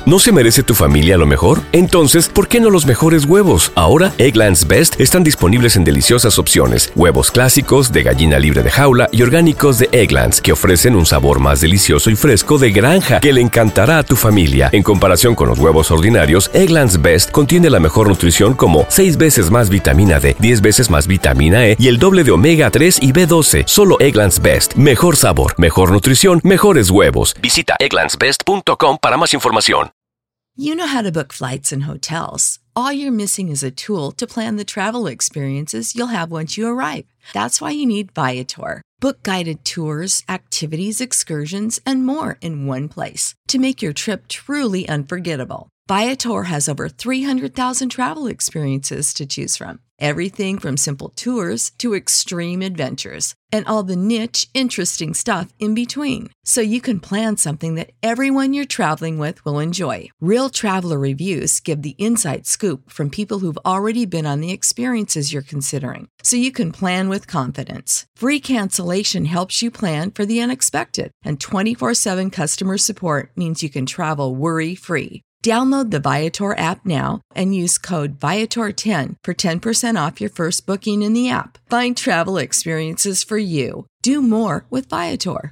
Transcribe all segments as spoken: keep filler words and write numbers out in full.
¿No se merece tu familia lo mejor? Entonces, ¿por qué no los mejores huevos? Ahora, Eggland's Best están disponibles en deliciosas opciones. Huevos clásicos, de gallina libre de jaula y orgánicos de Eggland's, que ofrecen un sabor más delicioso y fresco de granja que le encantará a tu familia. En comparación con los huevos ordinarios, Eggland's Best contiene la mejor nutrición como seis veces más vitamina D, diez veces más vitamina E y el doble de omega tres y B doce. Solo Eggland's Best. Mejor sabor, mejor nutrición, mejores huevos. Visita egglands best punto com para más información. You know how to book flights and hotels. All you're missing is a tool to plan the travel experiences you'll have once you arrive. That's why you need Viator. Book guided tours, activities, excursions, and more in one place to make your trip truly unforgettable. Viator has over three hundred thousand travel experiences to choose from. Everything from simple tours to extreme adventures and all the niche, interesting stuff in between. So you can plan something that everyone you're traveling with will enjoy. Real traveler reviews give the inside scoop from people who've already been on the experiences you're considering. So you can plan with confidence. Free cancellation helps you plan for the unexpected. And twenty-four seven customer support means you can travel worry-free. Download the Viator app now and use code Viator ten for ten percent off your first booking in the app. Find travel experiences for you. Do more with Viator.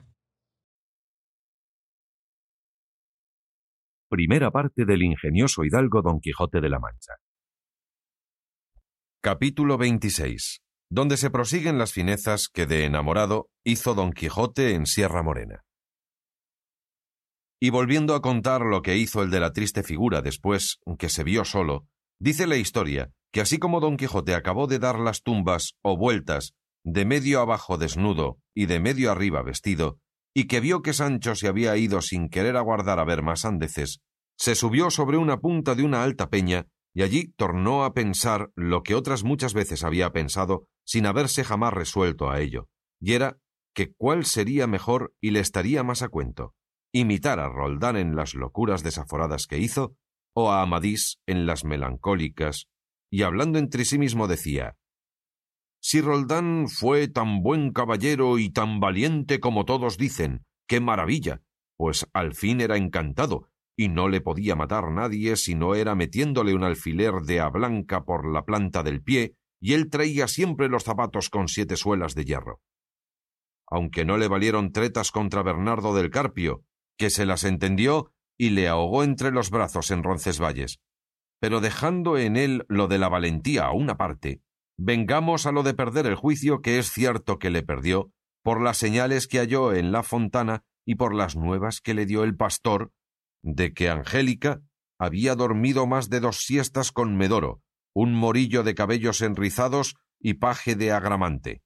Primera parte del ingenioso hidalgo Don Quijote de la Mancha. Capítulo veintiséis, donde se prosiguen las finezas que de enamorado hizo Don Quijote en Sierra Morena. Y volviendo a contar lo que hizo el de la triste figura después que se vio solo, dice la historia que así como Don Quijote acabó de dar las tumbas o vueltas de medio abajo desnudo y de medio arriba vestido, y que vio que Sancho se había ido sin querer aguardar a ver más andeces, se subió sobre una punta de una alta peña y allí tornó a pensar lo que otras muchas veces había pensado sin haberse jamás resuelto a ello, y era que cuál sería mejor y le estaría más a cuento, imitar a Roldán en las locuras desaforadas que hizo, o a Amadís en las melancólicas, y hablando entre sí mismo decía: «Si Roldán fue tan buen caballero y tan valiente como todos dicen, ¡qué maravilla! Pues al fin era encantado, y no le podía matar nadie si no era metiéndole un alfiler de a blanca por la planta del pie, y él traía siempre los zapatos con siete suelas de hierro. Aunque no le valieron tretas contra Bernardo del Carpio, que se las entendió y le ahogó entre los brazos en Roncesvalles. Pero dejando en él lo de la valentía a una parte, vengamos a lo de perder el juicio, que es cierto que le perdió, por las señales que halló en la fontana y por las nuevas que le dio el pastor, de que Angélica había dormido más de dos siestas con Medoro, un morillo de cabellos enrizados y paje de Agramante.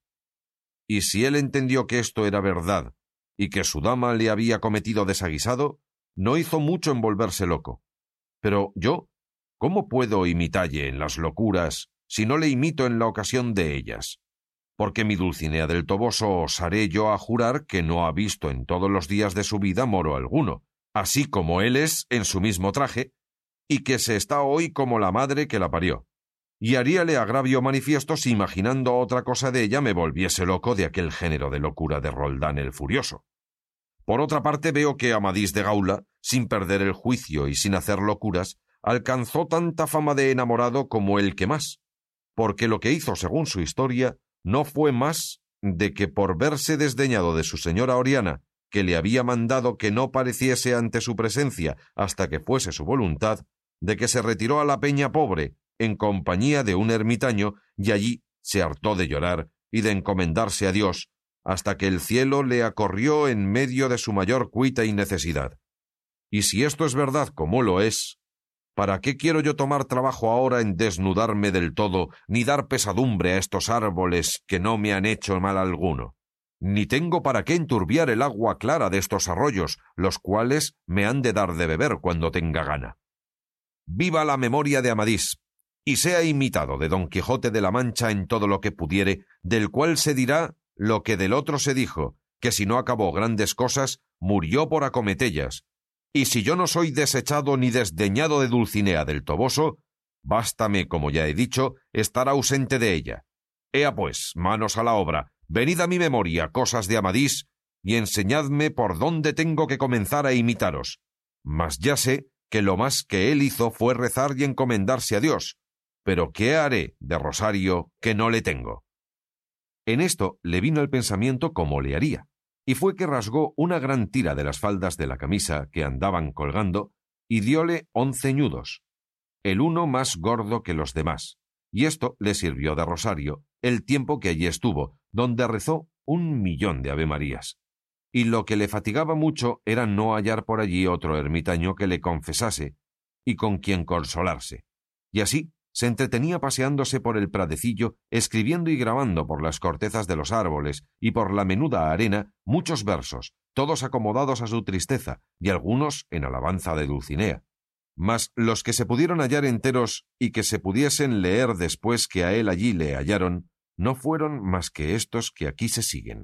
Y si él entendió que esto era verdad, y que su dama le había cometido desaguisado, no hizo mucho en volverse loco. Pero yo, ¿cómo puedo imitalle en las locuras si no le imito en la ocasión de ellas? Porque mi Dulcinea del Toboso osaré yo a jurar que no ha visto en todos los días de su vida moro alguno, así como él es en su mismo traje, y que se está hoy como la madre que la parió. Y haríale agravio manifiesto si imaginando otra cosa de ella me volviese loco de aquel género de locura de Roldán el Furioso. Por otra parte veo que Amadís de Gaula, sin perder el juicio y sin hacer locuras, alcanzó tanta fama de enamorado como el que más, porque lo que hizo según su historia no fue más de que por verse desdeñado de su señora Oriana, que le había mandado que no pareciese ante su presencia hasta que fuese su voluntad, de que se retiró a la peña pobre en compañía de un ermitaño y allí se hartó de llorar y de encomendarse a Dios, hasta que el cielo le acorrió en medio de su mayor cuita y necesidad. Y si esto es verdad como lo es, ¿para qué quiero yo tomar trabajo ahora en desnudarme del todo, ni dar pesadumbre a estos árboles que no me han hecho mal alguno? Ni tengo para qué enturbiar el agua clara de estos arroyos, los cuales me han de dar de beber cuando tenga gana. Viva la memoria de Amadís, y sea imitado de Don Quijote de la Mancha en todo lo que pudiere, del cual se dirá lo que del otro se dijo, que si no acabó grandes cosas, murió por acometellas. Y si yo no soy desechado ni desdeñado de Dulcinea del Toboso, bástame, como ya he dicho, estar ausente de ella. Ea pues, manos a la obra, venid a mi memoria cosas de Amadís, y enseñadme por dónde tengo que comenzar a imitaros. Mas ya sé que lo más que él hizo fue rezar y encomendarse a Dios. Pero ¿qué haré de rosario que no le tengo? En esto le vino el pensamiento cómo le haría, y fue que rasgó una gran tira de las faldas de la camisa que andaban colgando y dióle once ñudos, el uno más gordo que los demás, y esto le sirvió de rosario el tiempo que allí estuvo, donde rezó un millón de avemarías. Y lo que le fatigaba mucho era no hallar por allí otro ermitaño que le confesase y con quien consolarse. Y así se entretenía paseándose por el pradecillo, escribiendo y grabando por las cortezas de los árboles y por la menuda arena muchos versos, todos acomodados a su tristeza y algunos en alabanza de Dulcinea. Mas los que se pudieron hallar enteros y que se pudiesen leer después que a él allí le hallaron, no fueron más que estos que aquí se siguen.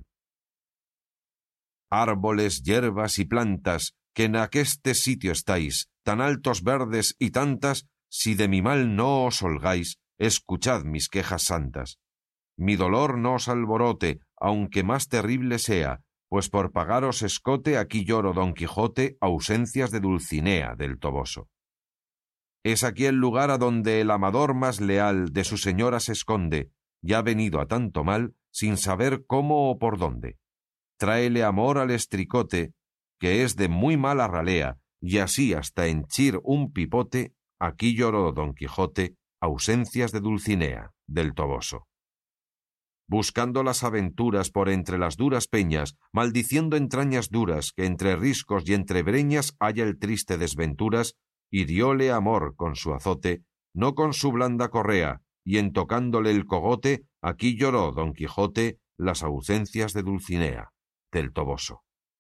Árboles, hierbas y plantas, que en aqueste sitio estáis, tan altos verdes y tantas, si de mi mal no os holgáis, escuchad mis quejas santas. Mi dolor no os alborote, aunque más terrible sea, pues por pagaros escote aquí lloro Don Quijote ausencias de Dulcinea del Toboso. Es aquí el lugar a donde el amador más leal de su señora se esconde, y ha venido a tanto mal sin saber cómo o por dónde. Tráele amor al estricote, que es de muy mala ralea, y así hasta henchir un pipote, aquí lloró Don Quijote ausencias de Dulcinea del Toboso. Buscando las aventuras por entre las duras peñas, maldiciendo entrañas duras, que entre riscos y entre breñas haya el triste desventuras, hirióle amor con su azote, no con su blanda correa, y en tocándole el cogote, aquí lloró Don Quijote las ausencias de Dulcinea del Toboso.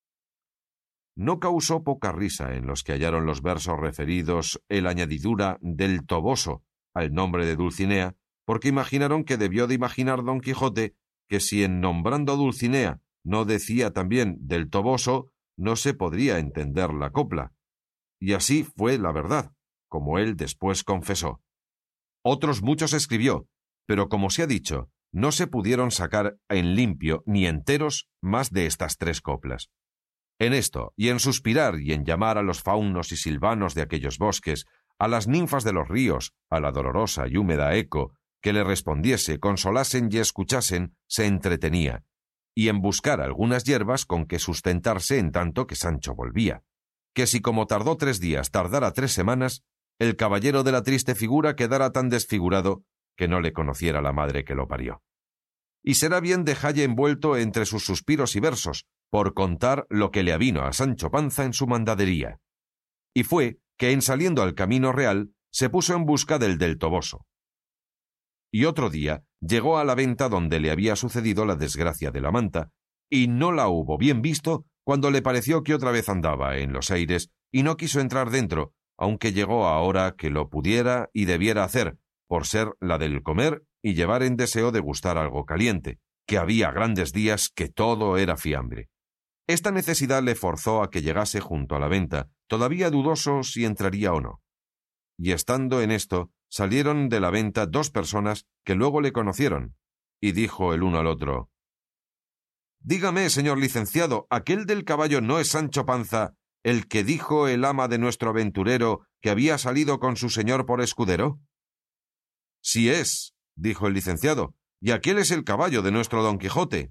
No causó poca risa en los que hallaron los versos referidos el añadidura del Toboso al nombre de Dulcinea, porque imaginaron que debió de imaginar Don Quijote que si en nombrando a Dulcinea no decía también del Toboso, no se podría entender la copla. Y así fue la verdad, como él después confesó. Otros muchos escribió, pero como se ha dicho, no se pudieron sacar en limpio ni enteros más de estas tres coplas. En esto, y en suspirar y en llamar a los faunos y silvanos de aquellos bosques, a las ninfas de los ríos, a la dolorosa y húmeda eco, que le respondiese, consolasen y escuchasen, se entretenía, y en buscar algunas hierbas con que sustentarse en tanto que Sancho volvía, que si como tardó tres días tardara tres semanas, el caballero de la triste figura quedara tan desfigurado que no le conociera la madre que lo parió. Y será bien dejalle envuelto entre sus suspiros y versos, por contar lo que le avino a Sancho Panza en su mandadería. Y fue que en saliendo al camino real se puso en busca del del Toboso. Y otro día llegó a la venta donde le había sucedido la desgracia de la manta, y no la hubo bien visto cuando le pareció que otra vez andaba en los aires y no quiso entrar dentro, aunque llegó a hora que lo pudiera y debiera hacer, por ser la del comer y llevar en deseo de gustar algo caliente, que había grandes días que todo era fiambre. Esta necesidad le forzó a que llegase junto a la venta, todavía dudoso si entraría o no. Y estando en esto, salieron de la venta dos personas que luego le conocieron, y dijo el uno al otro: «Dígame, señor licenciado, ¿aquel del caballo no es Sancho Panza, el que dijo el ama de nuestro aventurero que había salido con su señor por escudero?» «Sí es», dijo el licenciado, «y aquel es el caballo de nuestro Don Quijote».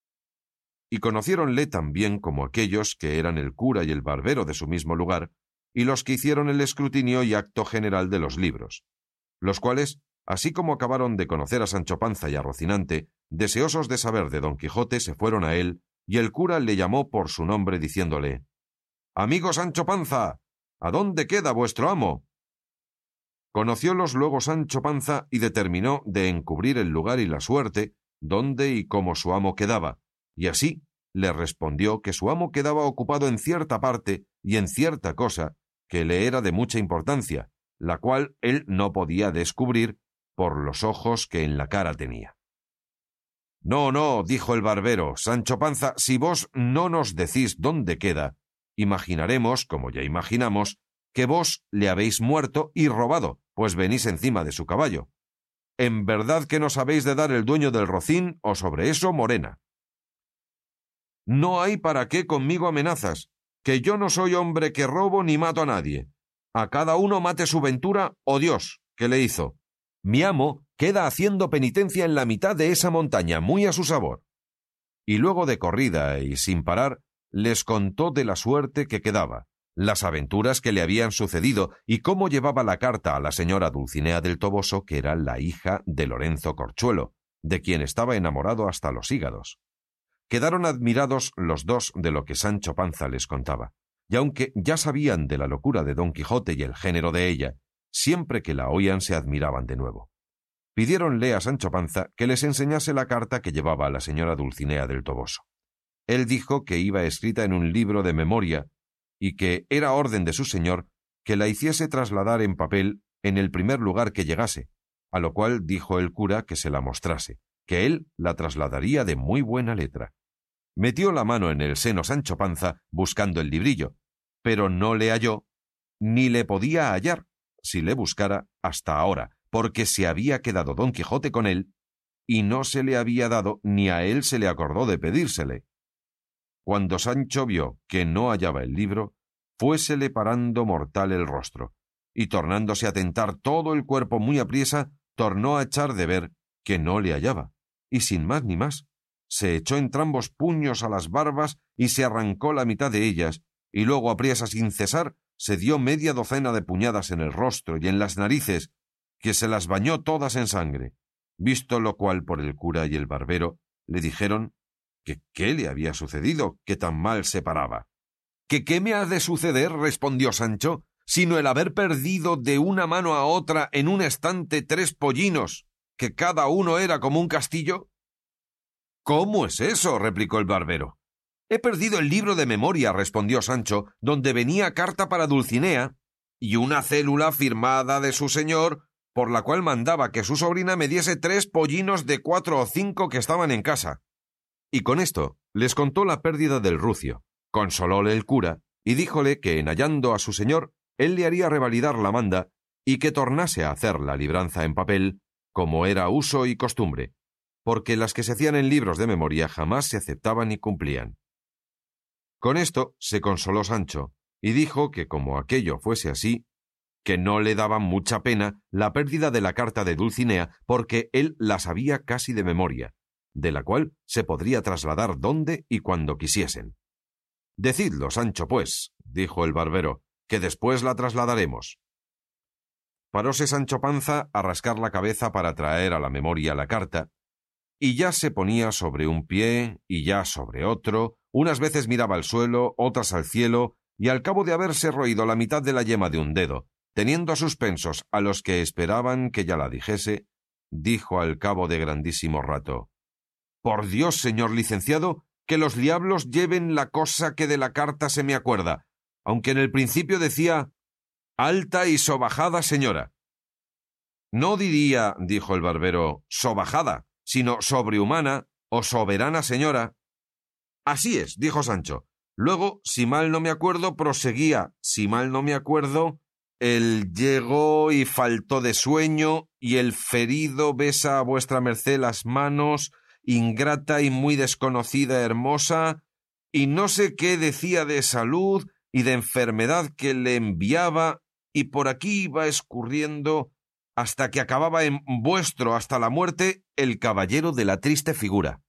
Y conociéronle tan bien como aquellos que eran el cura y el barbero de su mismo lugar, y los que hicieron el escrutinio y acto general de los libros, los cuales, así como acabaron de conocer a Sancho Panza y a Rocinante, deseosos de saber de Don Quijote, se fueron a él, y el cura le llamó por su nombre diciéndole: «Amigo Sancho Panza, ¿a dónde queda vuestro amo?» Conociólos luego Sancho Panza y determinó de encubrir el lugar y la suerte, dónde y cómo su amo quedaba, y así le respondió que su amo quedaba ocupado en cierta parte y en cierta cosa que le era de mucha importancia, la cual él no podía descubrir por los ojos que en la cara tenía. «No, no», dijo el barbero, «Sancho Panza, si vos no nos decís dónde queda, imaginaremos, como ya imaginamos, que vos le habéis muerto y robado, pues venís encima de su caballo. En verdad que nos habéis de dar el dueño del rocín o sobre eso morena». «No hay para qué conmigo amenazas, que yo no soy hombre que robo ni mato a nadie. A cada uno mate su ventura o Dios, que le hizo. Mi amo queda haciendo penitencia en la mitad de esa montaña, muy a su sabor. Y luego de corrida y sin parar, les contó de la suerte que quedaba, las aventuras que le habían sucedido y cómo llevaba la carta a la señora Dulcinea del Toboso, que era la hija de Lorenzo Corchuelo, de quien estaba enamorado hasta los hígados. Quedaron admirados los dos de lo que Sancho Panza les contaba, y aunque ya sabían de la locura de Don Quijote y el género de ella, siempre que la oían se admiraban de nuevo. Pidiéronle a Sancho Panza que les enseñase la carta que llevaba a la señora Dulcinea del Toboso. Él dijo que iba escrita en un libro de memoria y que era orden de su señor que la hiciese trasladar en papel en el primer lugar que llegase, a lo cual dijo el cura que se la mostrase, que él la trasladaría de muy buena letra. Metió la mano en el seno Sancho Panza buscando el librillo, pero no le halló, ni le podía hallar, si le buscara, hasta ahora, porque se había quedado Don Quijote con él, y no se le había dado ni a él se le acordó de pedírsele. Cuando Sancho vio que no hallaba el libro, fuésele parando mortal el rostro, y tornándose a tentar todo el cuerpo muy apriesa, tornó a echar de ver que no le hallaba, y sin más ni más, se echó entrambos puños a las barbas y se arrancó la mitad de ellas, y luego apriesa sin cesar se dio media docena de puñadas en el rostro y en las narices, que se las bañó todas en sangre, visto lo cual por el cura y el barbero le dijeron que qué le había sucedido, que tan mal se paraba. —¿Que qué me ha de suceder? —respondió Sancho— sino el haber perdido de una mano a otra en un estante tres pollinos, que cada uno era como un castillo. —¿Cómo es eso? —replicó el barbero. —He perdido el libro de memoria —respondió Sancho—, donde venía carta para Dulcinea, y una célula firmada de su señor, por la cual mandaba que su sobrina me diese tres pollinos de cuatro o cinco que estaban en casa. Y con esto les contó la pérdida del rucio, consolóle el cura, y díjole que en hallando a su señor, él le haría revalidar la manda y que tornase a hacer la libranza en papel, como era uso y costumbre, porque las que se hacían en libros de memoria jamás se aceptaban ni cumplían. Con esto se consoló Sancho, y dijo que como aquello fuese así, que no le daba mucha pena la pérdida de la carta de Dulcinea, porque él la sabía casi de memoria, de la cual se podría trasladar donde y cuando quisiesen. —Decidlo, Sancho, pues —dijo el barbero—, que después la trasladaremos. Paróse Sancho Panza a rascar la cabeza para traer a la memoria la carta, y ya se ponía sobre un pie y ya sobre otro, unas veces miraba al suelo, otras al cielo, y al cabo de haberse roído la mitad de la yema de un dedo, teniendo a suspensos a los que esperaban que ya la dijese, dijo al cabo de grandísimo rato: —Por Dios, señor licenciado, que los diablos lleven la cosa que de la carta se me acuerda, aunque en el principio decía alta y sobajada señora. —No diría, dijo el barbero, sobajada, sino sobrehumana o soberana señora. —Así es, dijo Sancho. Luego, si mal no me acuerdo, proseguía, si mal no me acuerdo, el llegó y faltó de sueño, y el ferido besa a vuestra merced las manos, ingrata y muy desconocida hermosa, y no sé qué decía de salud y de enfermedad que le enviaba, y por aquí iba escurriendo hasta que acababa en vuestro hasta la muerte el caballero de la triste figura.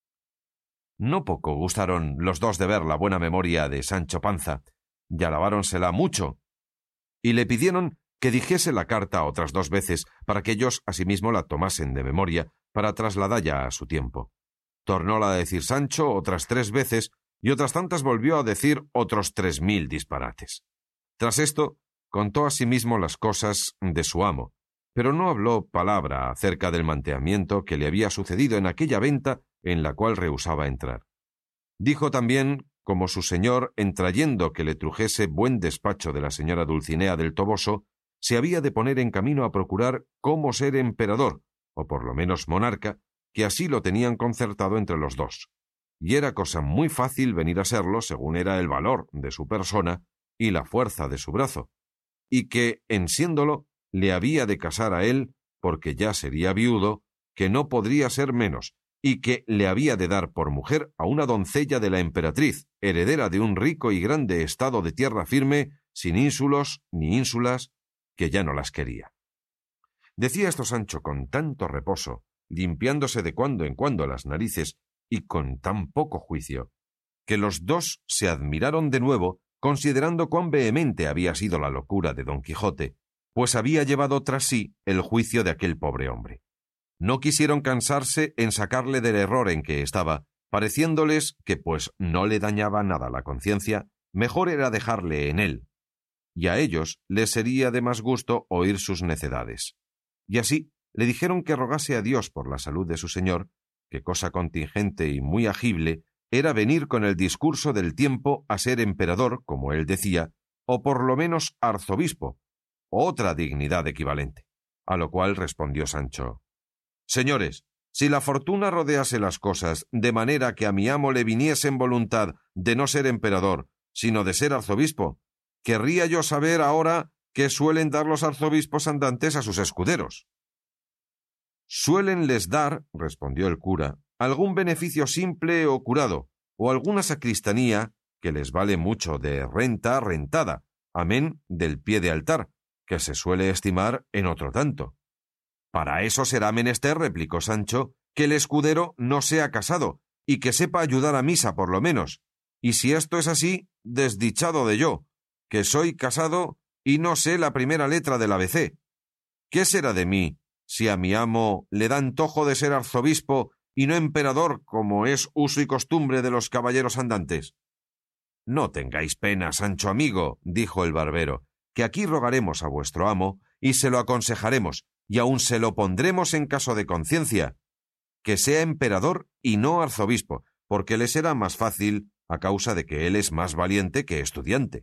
No poco gustaron los dos de ver la buena memoria de Sancho Panza, y alabáronsela mucho, y le pidieron que dijese la carta otras dos veces para que ellos asimismo la tomasen de memoria para trasladalla a su tiempo. Tornóla a decir Sancho otras tres veces, y otras tantas volvió a decir otros tres mil disparates. Tras esto, contó asimismo las cosas de su amo, pero no habló palabra acerca del manteamiento que le había sucedido en aquella venta en la cual rehusaba entrar. Dijo también como su señor, en trayendo que le trujese buen despacho de la señora Dulcinea del Toboso, se había de poner en camino a procurar cómo ser emperador, o por lo menos monarca, que así lo tenían concertado entre los dos. Y era cosa muy fácil venir a serlo según era el valor de su persona y la fuerza de su brazo, y que, en siéndolo, le había de casar a él, porque ya sería viudo, que no podría ser menos, y que le había de dar por mujer a una doncella de la emperatriz, heredera de un rico y grande estado de tierra firme, sin ínsulos ni ínsulas, que ya no las quería. Decía esto Sancho con tanto reposo, limpiándose de cuando en cuando las narices y con tan poco juicio, que los dos se admiraron de nuevo, considerando cuán vehemente había sido la locura de Don Quijote, pues había llevado tras sí el juicio de aquel pobre hombre. No quisieron cansarse en sacarle del error en que estaba, pareciéndoles que, pues no le dañaba nada la conciencia, mejor era dejarle en él, y a ellos les sería de más gusto oír sus necedades. Y así le dijeron que rogase a Dios por la salud de su señor, que cosa contingente y muy agible era venir con el discurso del tiempo a ser emperador, como él decía, o por lo menos arzobispo, o otra dignidad equivalente. A lo cual respondió Sancho: «Señores, si la fortuna rodease las cosas de manera que a mi amo le viniese en voluntad de no ser emperador, sino de ser arzobispo, querría yo saber ahora qué suelen dar los arzobispos andantes a sus escuderos». «Suélenles dar», respondió el cura, «algún beneficio simple o curado, o alguna sacristanía que les vale mucho de renta rentada, amén del pie de altar, que se suele estimar en otro tanto». «Para eso será menester», replicó Sancho, «que el escudero no sea casado, y que sepa ayudar a misa por lo menos. Y si esto es así, desdichado de yo, que soy casado y no sé la primera letra del A B C. ¿Qué será de mí si a mi amo le da antojo de ser arzobispo y no emperador, como es uso y costumbre de los caballeros andantes?» «No tengáis pena, Sancho amigo», dijo el barbero, «que aquí rogaremos a vuestro amo y se lo aconsejaremos, y aun se lo pondremos en caso de conciencia, que sea emperador y no arzobispo, porque le será más fácil a causa de que él es más valiente que estudiante».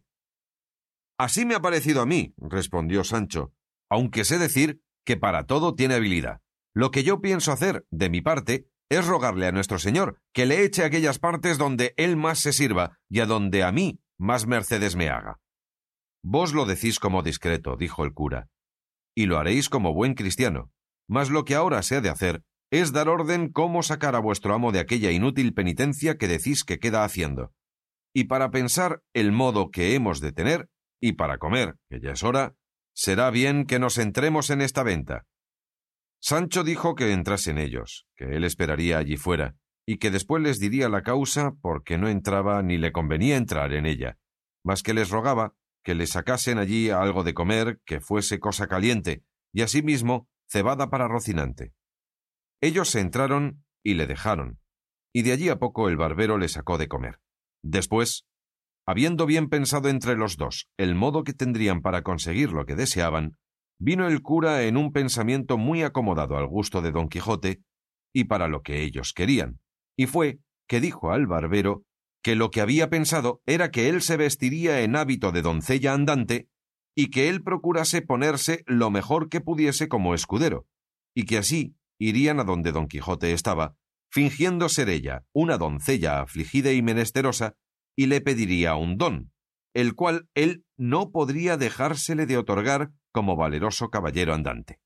«Así me ha parecido a mí», respondió Sancho, «aunque sé decir que para todo tiene habilidad. Lo que yo pienso hacer, de mi parte, es rogarle a nuestro Señor que le eche a aquellas partes donde él más se sirva y a donde a mí más mercedes me haga». «Vos lo decís como discreto», dijo el cura, «y lo haréis como buen cristiano, mas lo que ahora se ha de hacer es dar orden cómo sacar a vuestro amo de aquella inútil penitencia que decís que queda haciendo, y para pensar el modo que hemos de tener, y para comer, que ya es hora, será bien que nos entremos en esta venta». Sancho dijo que entrasen ellos, que él esperaría allí fuera, y que después les diría la causa porque no entraba ni le convenía entrar en ella, mas que les rogaba que le sacasen allí algo de comer que fuese cosa caliente, y asimismo cebada para Rocinante. Ellos se entraron y le dejaron, y de allí a poco el barbero le sacó de comer. Después, habiendo bien pensado entre los dos el modo que tendrían para conseguir lo que deseaban, vino el cura en un pensamiento muy acomodado al gusto de Don Quijote y para lo que ellos querían, y fue que dijo al barbero que lo que había pensado era que él se vestiría en hábito de doncella andante y que él procurase ponerse lo mejor que pudiese como escudero, y que así irían a donde Don Quijote estaba, fingiendo ser ella una doncella afligida y menesterosa, y le pediría un don, el cual él no podría dejársele de otorgar como valeroso caballero andante.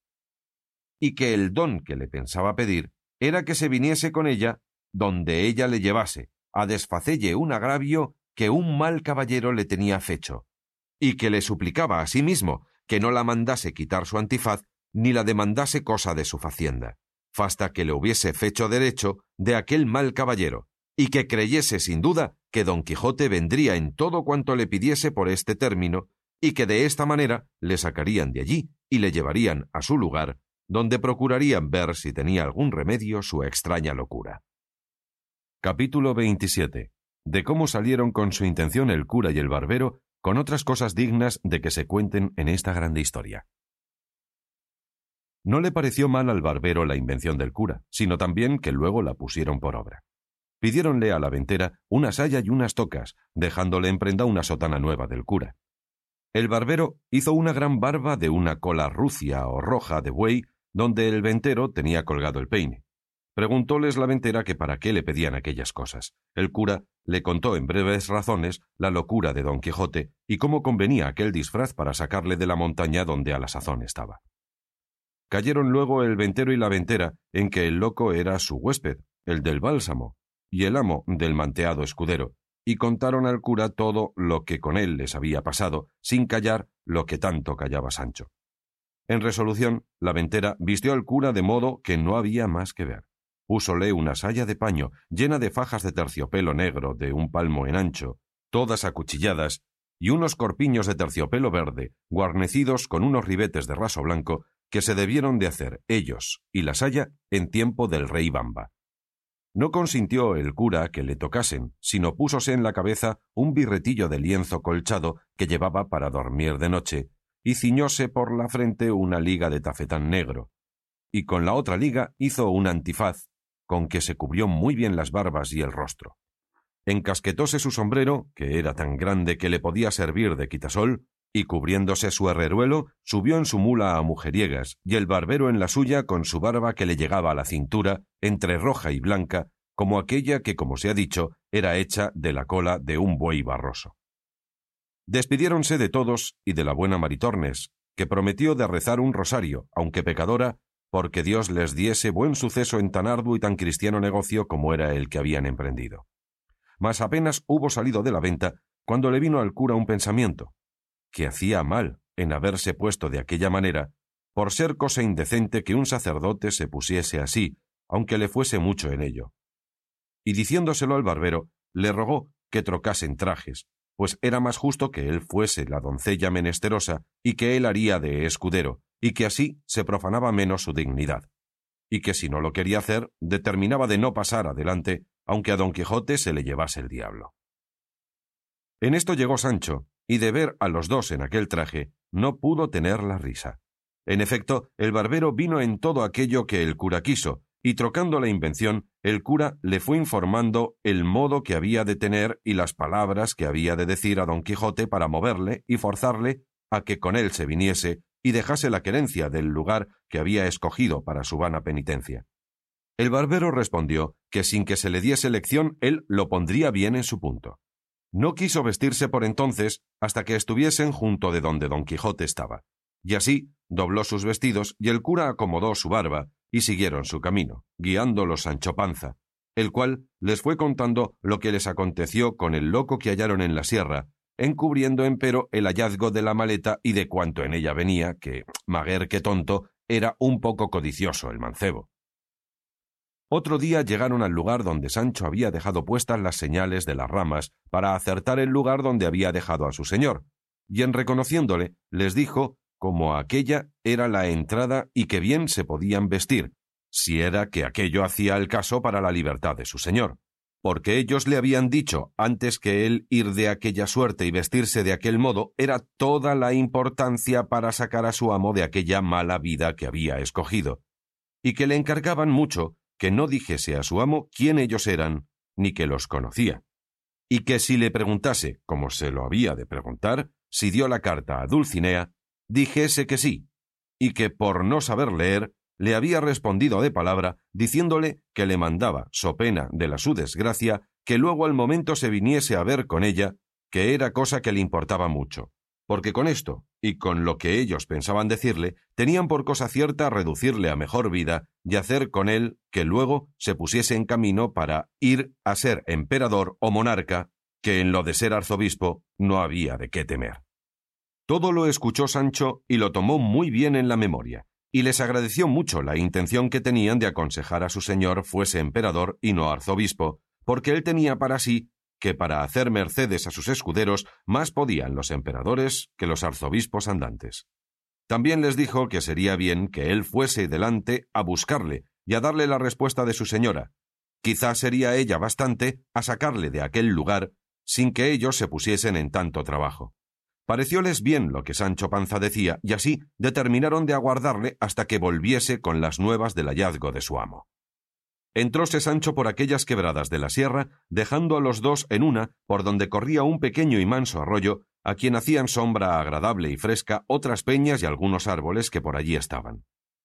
Y que el don que le pensaba pedir era que se viniese con ella donde ella le llevase, a desfacelle un agravio que un mal caballero le tenía fecho, y que le suplicaba a sí mismo que no la mandase quitar su antifaz, ni la demandase cosa de su facienda, fasta que le hubiese fecho derecho de aquel mal caballero, y que creyese sin duda que Don Quijote vendría en todo cuanto le pidiese por este término, y que de esta manera le sacarían de allí y le llevarían a su lugar, donde procurarían ver si tenía algún remedio su extraña locura. Capítulo veintisiete. De cómo salieron con su intención el cura y el barbero, con otras cosas dignas de que se cuenten en esta grande historia. No le pareció mal al barbero la invención del cura, sino también que luego la pusieron por obra. Pidiéronle a la ventera una saya y unas tocas, dejándole en prenda una sotana nueva del cura. El barbero hizo una gran barba de una cola rucia o roja de buey, donde el ventero tenía colgado el peine. Preguntóles la ventera que para qué le pedían aquellas cosas. El cura le contó en breves razones la locura de Don Quijote y cómo convenía aquel disfraz para sacarle de la montaña donde a la sazón estaba. Cayeron luego el ventero y la ventera en que el loco era su huésped, el del bálsamo, y el amo del manteado escudero, y contaron al cura todo lo que con él les había pasado, sin callar lo que tanto callaba Sancho. En resolución, la ventera vistió al cura de modo que no había más que ver. Púsole una saya de paño llena de fajas de terciopelo negro de un palmo en ancho, todas acuchilladas, y unos corpiños de terciopelo verde, guarnecidos con unos ribetes de raso blanco, que se debieron de hacer ellos y la saya en tiempo del rey Bamba. No consintió el cura que le tocasen, sino púsose en la cabeza un birretillo de lienzo colchado que llevaba para dormir de noche, y ciñóse por la frente una liga de tafetán negro, y con la otra liga hizo un antifaz, con que se cubrió muy bien las barbas y el rostro. Encasquetóse su sombrero, que era tan grande que le podía servir de quitasol, y cubriéndose su herreruelo, subió en su mula a mujeriegas, y el barbero en la suya con su barba que le llegaba a la cintura, entre roja y blanca, como aquella que, como se ha dicho, era hecha de la cola de un buey barroso. Despidiéronse de todos y de la buena Maritornes, que prometió de rezar un rosario, aunque pecadora, porque Dios les diese buen suceso en tan arduo y tan cristiano negocio como era el que habían emprendido. Mas apenas hubo salido de la venta, cuando le vino al cura un pensamiento, que hacía mal en haberse puesto de aquella manera, por ser cosa indecente que un sacerdote se pusiese así, aunque le fuese mucho en ello. Y diciéndoselo al barbero, le rogó que trocasen trajes, pues era más justo que él fuese la doncella menesterosa y que él haría de escudero, y que así se profanaba menos su dignidad, y que si no lo quería hacer, determinaba de no pasar adelante, aunque a Don Quijote se le llevase el diablo. En esto llegó Sancho, y de ver a los dos en aquel traje, no pudo tener la risa. En efecto, el barbero vino en todo aquello que el cura quiso, y trocando la invención, el cura le fue informando el modo que había de tener y las palabras que había de decir a Don Quijote para moverle y forzarle a que con él se viniese y dejase la querencia del lugar que había escogido para su vana penitencia. El barbero respondió que sin que se le diese lección él lo pondría bien en su punto. No quiso vestirse por entonces hasta que estuviesen junto de donde Don Quijote estaba, y así dobló sus vestidos y el cura acomodó su barba y siguieron su camino, guiándolos Sancho Panza, el cual les fue contando lo que les aconteció con el loco que hallaron en la sierra, encubriendo empero el hallazgo de la maleta y de cuanto en ella venía, que, maguer que tonto, era un poco codicioso el mancebo. Otro día llegaron al lugar donde Sancho había dejado puestas las señales de las ramas para acertar el lugar donde había dejado a su señor, y en reconociéndole les dijo como aquella era la entrada y que bien se podían vestir, si era que aquello hacía el caso para la libertad de su señor, porque ellos le habían dicho antes que él ir de aquella suerte y vestirse de aquel modo era toda la importancia para sacar a su amo de aquella mala vida que había escogido, y que le encargaban mucho que no dijese a su amo quién ellos eran, ni que los conocía, y que si le preguntase, como se lo había de preguntar, si dio la carta a Dulcinea, dijese que sí, y que por no saber leer, le había respondido de palabra, diciéndole que le mandaba, so pena de la su desgracia, que luego al momento se viniese a ver con ella, que era cosa que le importaba mucho, porque con esto, y con lo que ellos pensaban decirle, tenían por cosa cierta reducirle a mejor vida y hacer con él que luego se pusiese en camino para ir a ser emperador o monarca, que en lo de ser arzobispo no había de qué temer. Todo lo escuchó Sancho y lo tomó muy bien en la memoria, y les agradeció mucho la intención que tenían de aconsejar a su señor fuese emperador y no arzobispo, porque él tenía para sí que para hacer mercedes a sus escuderos más podían los emperadores que los arzobispos andantes. También les dijo que sería bien que él fuese delante a buscarle y a darle la respuesta de su señora. Quizá sería ella bastante a sacarle de aquel lugar sin que ellos se pusiesen en tanto trabajo. Parecióles bien lo que Sancho Panza decía, y así determinaron de aguardarle hasta que volviese con las nuevas del hallazgo de su amo. Entróse Sancho por aquellas quebradas de la sierra, dejando a los dos en una, por donde corría un pequeño y manso arroyo, a quien hacían sombra agradable y fresca otras peñas y algunos árboles que por allí estaban.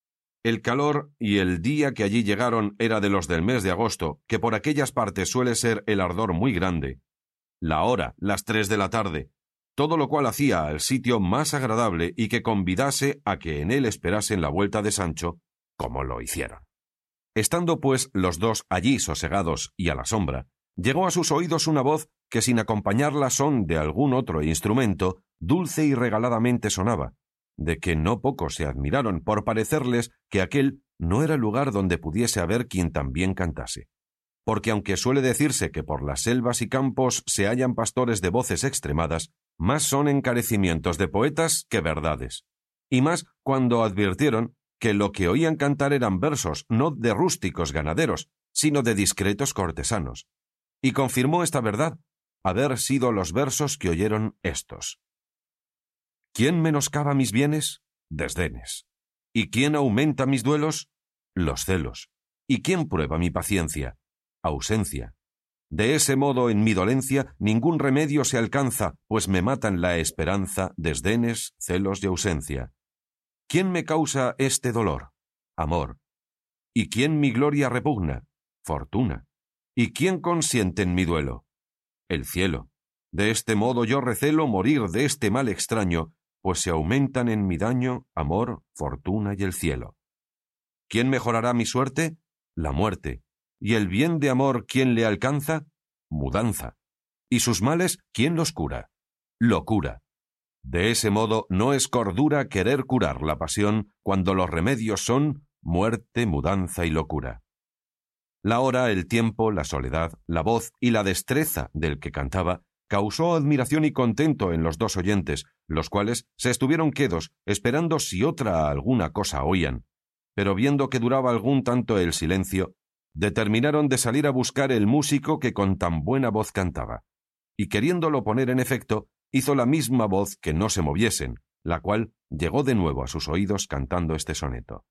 El calor y el día que allí llegaron era de los del mes de agosto, que por aquellas partes suele ser el ardor muy grande. La hora, las tres de la tarde, todo lo cual hacía al sitio más agradable y que convidase a que en él esperasen la vuelta de Sancho, como lo hicieron. Estando pues los dos allí sosegados y a la sombra, llegó a sus oídos una voz que sin acompañarla son de algún otro instrumento, dulce y regaladamente sonaba, de que no pocos se admiraron por parecerles que aquel no era lugar donde pudiese haber quien también cantase. Porque aunque suele decirse que por las selvas y campos se hallan pastores de voces extremadas, más son encarecimientos de poetas que verdades. Y más cuando advirtieron que lo que oían cantar eran versos no de rústicos ganaderos, sino de discretos cortesanos. Y confirmó esta verdad haber sido los versos que oyeron estos. ¿Quién menoscaba mis bienes? Desdenes. ¿Y quién aumenta mis duelos? Los celos. ¿Y quién prueba mi paciencia? Ausencia. De ese modo en mi dolencia ningún remedio se alcanza, pues me matan la esperanza, desdenes, celos y ausencia. ¿Quién me causa este dolor? Amor. ¿Y quién mi gloria repugna? Fortuna. ¿Y quién consiente en mi duelo? El cielo. De este modo yo recelo morir de este mal extraño, pues se aumentan en mi daño amor, fortuna y el cielo. ¿Quién mejorará mi suerte? La muerte. ¿Y el bien de amor quién le alcanza? Mudanza. ¿Y sus males quién los cura? Locura. De ese modo no es cordura querer curar la pasión cuando los remedios son muerte, mudanza y locura. La hora, el tiempo, la soledad, la voz y la destreza del que cantaba causó admiración y contento en los dos oyentes, los cuales se estuvieron quedos esperando si otra alguna cosa oían, pero viendo que duraba algún tanto el silencio, determinaron de salir a buscar el músico que con tan buena voz cantaba, y queriéndolo poner en efecto, hizo la misma voz que no se moviesen, la cual llegó de nuevo a sus oídos cantando este soneto.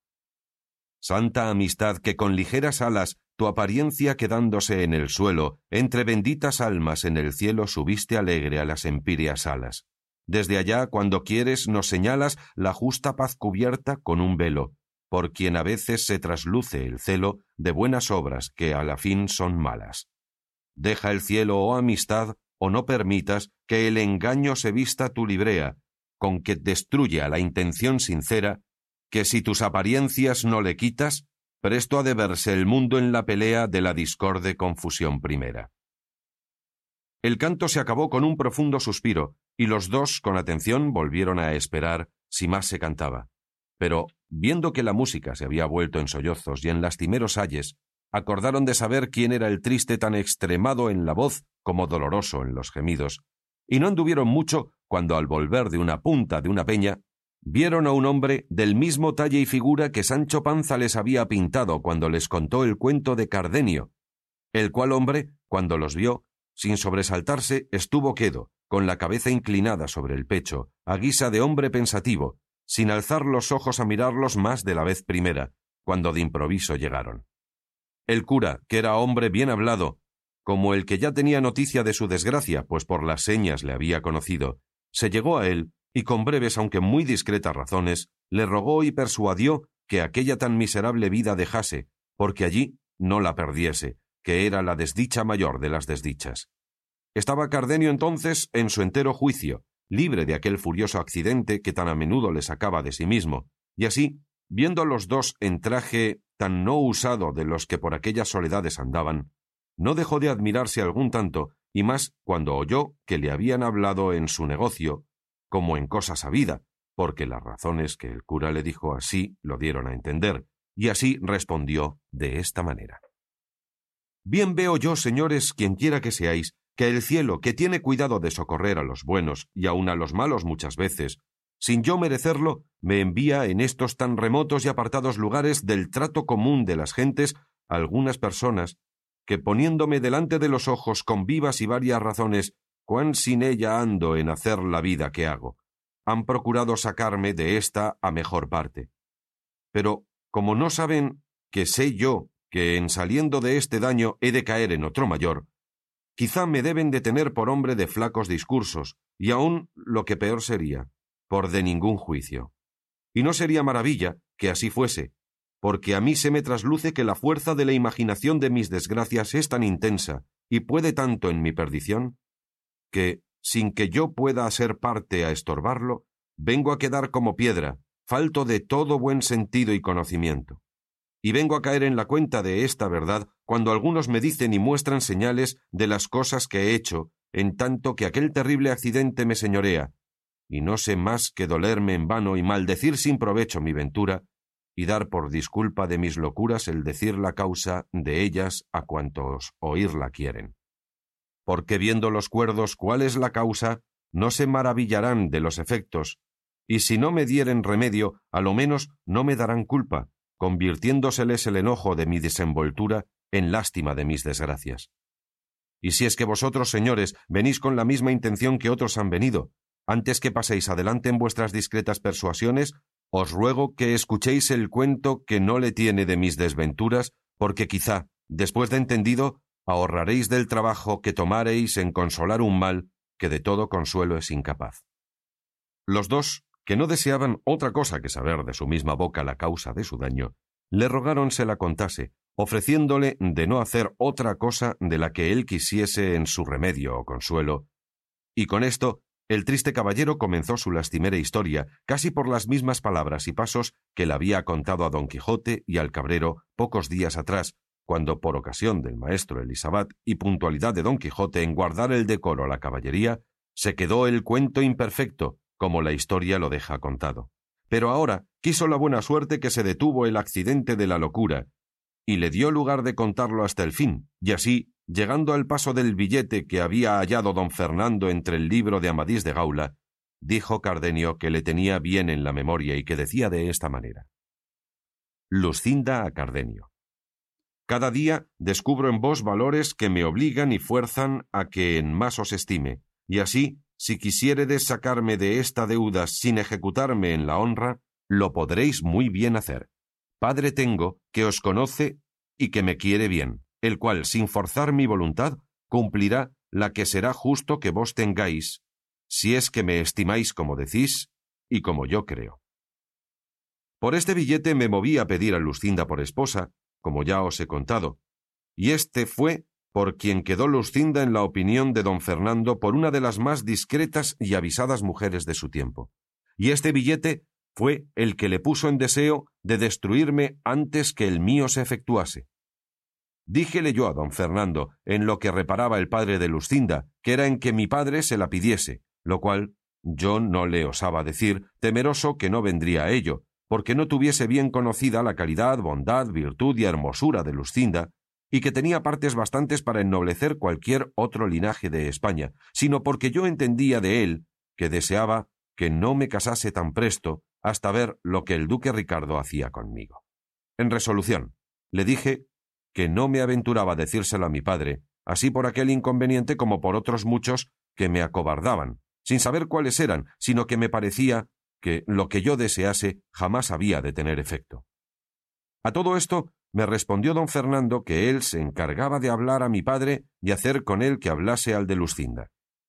Santa amistad que con ligeras alas, tu apariencia quedándose en el suelo, entre benditas almas en el cielo subiste alegre a las empíreas alas. Desde allá, cuando quieres, nos señalas la justa paz cubierta con un velo, por quien a veces se trasluce el celo de buenas obras que a la fin son malas. Deja el cielo, oh amistad, o no permitas que el engaño se vista tu librea, con que destruya la intención sincera, que si tus apariencias no le quitas, presto ha de verse el mundo en la pelea de la discorde confusión primera. El canto se acabó con un profundo suspiro, y los dos con atención volvieron a esperar si más se cantaba. Pero, viendo que la música se había vuelto en sollozos y en lastimeros ayes, acordaron de saber quién era el triste tan extremado en la voz como doloroso en los gemidos, y no anduvieron mucho cuando al volver de una punta de una peña, vieron a un hombre del mismo talle y figura que Sancho Panza les había pintado cuando les contó el cuento de Cardenio, el cual hombre, cuando los vio, sin sobresaltarse, estuvo quedo, con la cabeza inclinada sobre el pecho, a guisa de hombre pensativo, sin alzar los ojos a mirarlos más de la vez primera, cuando de improviso llegaron. El cura, que era hombre bien hablado, como el que ya tenía noticia de su desgracia, pues por las señas le había conocido, se llegó a él y con breves aunque muy discretas razones, le rogó y persuadió que aquella tan miserable vida dejase, porque allí no la perdiese, que era la desdicha mayor de las desdichas. Estaba Cardenio entonces en su entero juicio, libre de aquel furioso accidente que tan a menudo le sacaba de sí mismo, y así, viendo los dos en traje tan no usado de los que por aquellas soledades andaban, no dejó de admirarse algún tanto, y más cuando oyó que le habían hablado en su negocio, como en cosa sabida, porque las razones que el cura le dijo así lo dieron a entender, y así respondió de esta manera. Bien veo yo, señores, quienquiera que seáis, que el cielo, que tiene cuidado de socorrer a los buenos y aun a los malos muchas veces, sin yo merecerlo, me envía en estos tan remotos y apartados lugares del trato común de las gentes algunas personas que, poniéndome delante de los ojos con vivas y varias razones, cuán sin ella ando en hacer la vida que hago, han procurado sacarme de esta a mejor parte. Pero, como no saben que sé yo que en saliendo de este daño he de caer en otro mayor, quizá me deben de tener por hombre de flacos discursos, y aún lo que peor sería, por de ningún juicio. Y no sería maravilla que así fuese, porque a mí se me trasluce que la fuerza de la imaginación de mis desgracias es tan intensa, y puede tanto en mi perdición, que, sin que yo pueda ser parte a estorbarlo, vengo a quedar como piedra, falto de todo buen sentido y conocimiento. Y vengo a caer en la cuenta de esta verdad cuando algunos me dicen y muestran señales de las cosas que he hecho, en tanto que aquel terrible accidente me señorea, y no sé más que dolerme en vano y maldecir sin provecho mi ventura, y dar por disculpa de mis locuras el decir la causa de ellas a cuantos oírla quieren. Porque viendo los cuerdos cuál es la causa, no se maravillarán de los efectos, y si no me dieren remedio, a lo menos no me darán culpa, convirtiéndoseles el enojo de mi desenvoltura en lástima de mis desgracias. Y si es que vosotros, señores, venís con la misma intención que otros han venido, antes que paséis adelante en vuestras discretas persuasiones, os ruego que escuchéis el cuento que no le tiene de mis desventuras, porque quizá, después de entendido, ahorraréis del trabajo que tomaréis en consolar un mal que de todo consuelo es incapaz. Los dos, que no deseaban otra cosa que saber de su misma boca la causa de su daño, le rogaron se la contase, ofreciéndole de no hacer otra cosa de la que él quisiese en su remedio o consuelo, y con esto el triste caballero comenzó su lastimera historia, casi por las mismas palabras y pasos que le había contado a Don Quijote y al cabrero pocos días atrás, cuando, por ocasión del maestro Elisabat y puntualidad de Don Quijote en guardar el decoro a la caballería, se quedó el cuento imperfecto, como la historia lo deja contado. Pero ahora quiso la buena suerte que se detuvo el accidente de la locura, y le dio lugar de contarlo hasta el fin, y así, llegando al paso del billete que había hallado don Fernando entre el libro de Amadís de Gaula, dijo Cardenio que le tenía bien en la memoria y que decía de esta manera: Luscinda a Cardenio. Cada día descubro en vos valores que me obligan y fuerzan a que en más os estime, y así, si quisiéredes sacarme de esta deuda sin ejecutarme en la honra, lo podréis muy bien hacer. Padre tengo que os conoce y que me quiere bien, el cual, sin forzar mi voluntad, cumplirá la que será justo que vos tengáis, si es que me estimáis como decís y como yo creo. Por este billete me moví a pedir a Luscinda por esposa, como ya os he contado, y este fue por quien quedó Luscinda en la opinión de don Fernando por una de las más discretas y avisadas mujeres de su tiempo. Y este billete fue el que le puso en deseo de destruirme antes que el mío se efectuase. Díjele yo a don Fernando, en lo que reparaba el padre de Luscinda, que era en que mi padre se la pidiese, lo cual yo no le osaba decir, temeroso que no vendría a ello, porque no tuviese bien conocida la calidad, bondad, virtud y hermosura de Luscinda, y que tenía partes bastantes para ennoblecer cualquier otro linaje de España, sino porque yo entendía de él que deseaba que no me casase tan presto hasta ver lo que el duque Ricardo hacía conmigo. En resolución, le dije que no me aventuraba a decírselo a mi padre, así por aquel inconveniente como por otros muchos que me acobardaban, sin saber cuáles eran, sino que me parecía que lo que yo desease jamás había de tener efecto. A todo esto me respondió don Fernando que él se encargaba de hablar a mi padre y hacer con él que hablase al de Luscinda.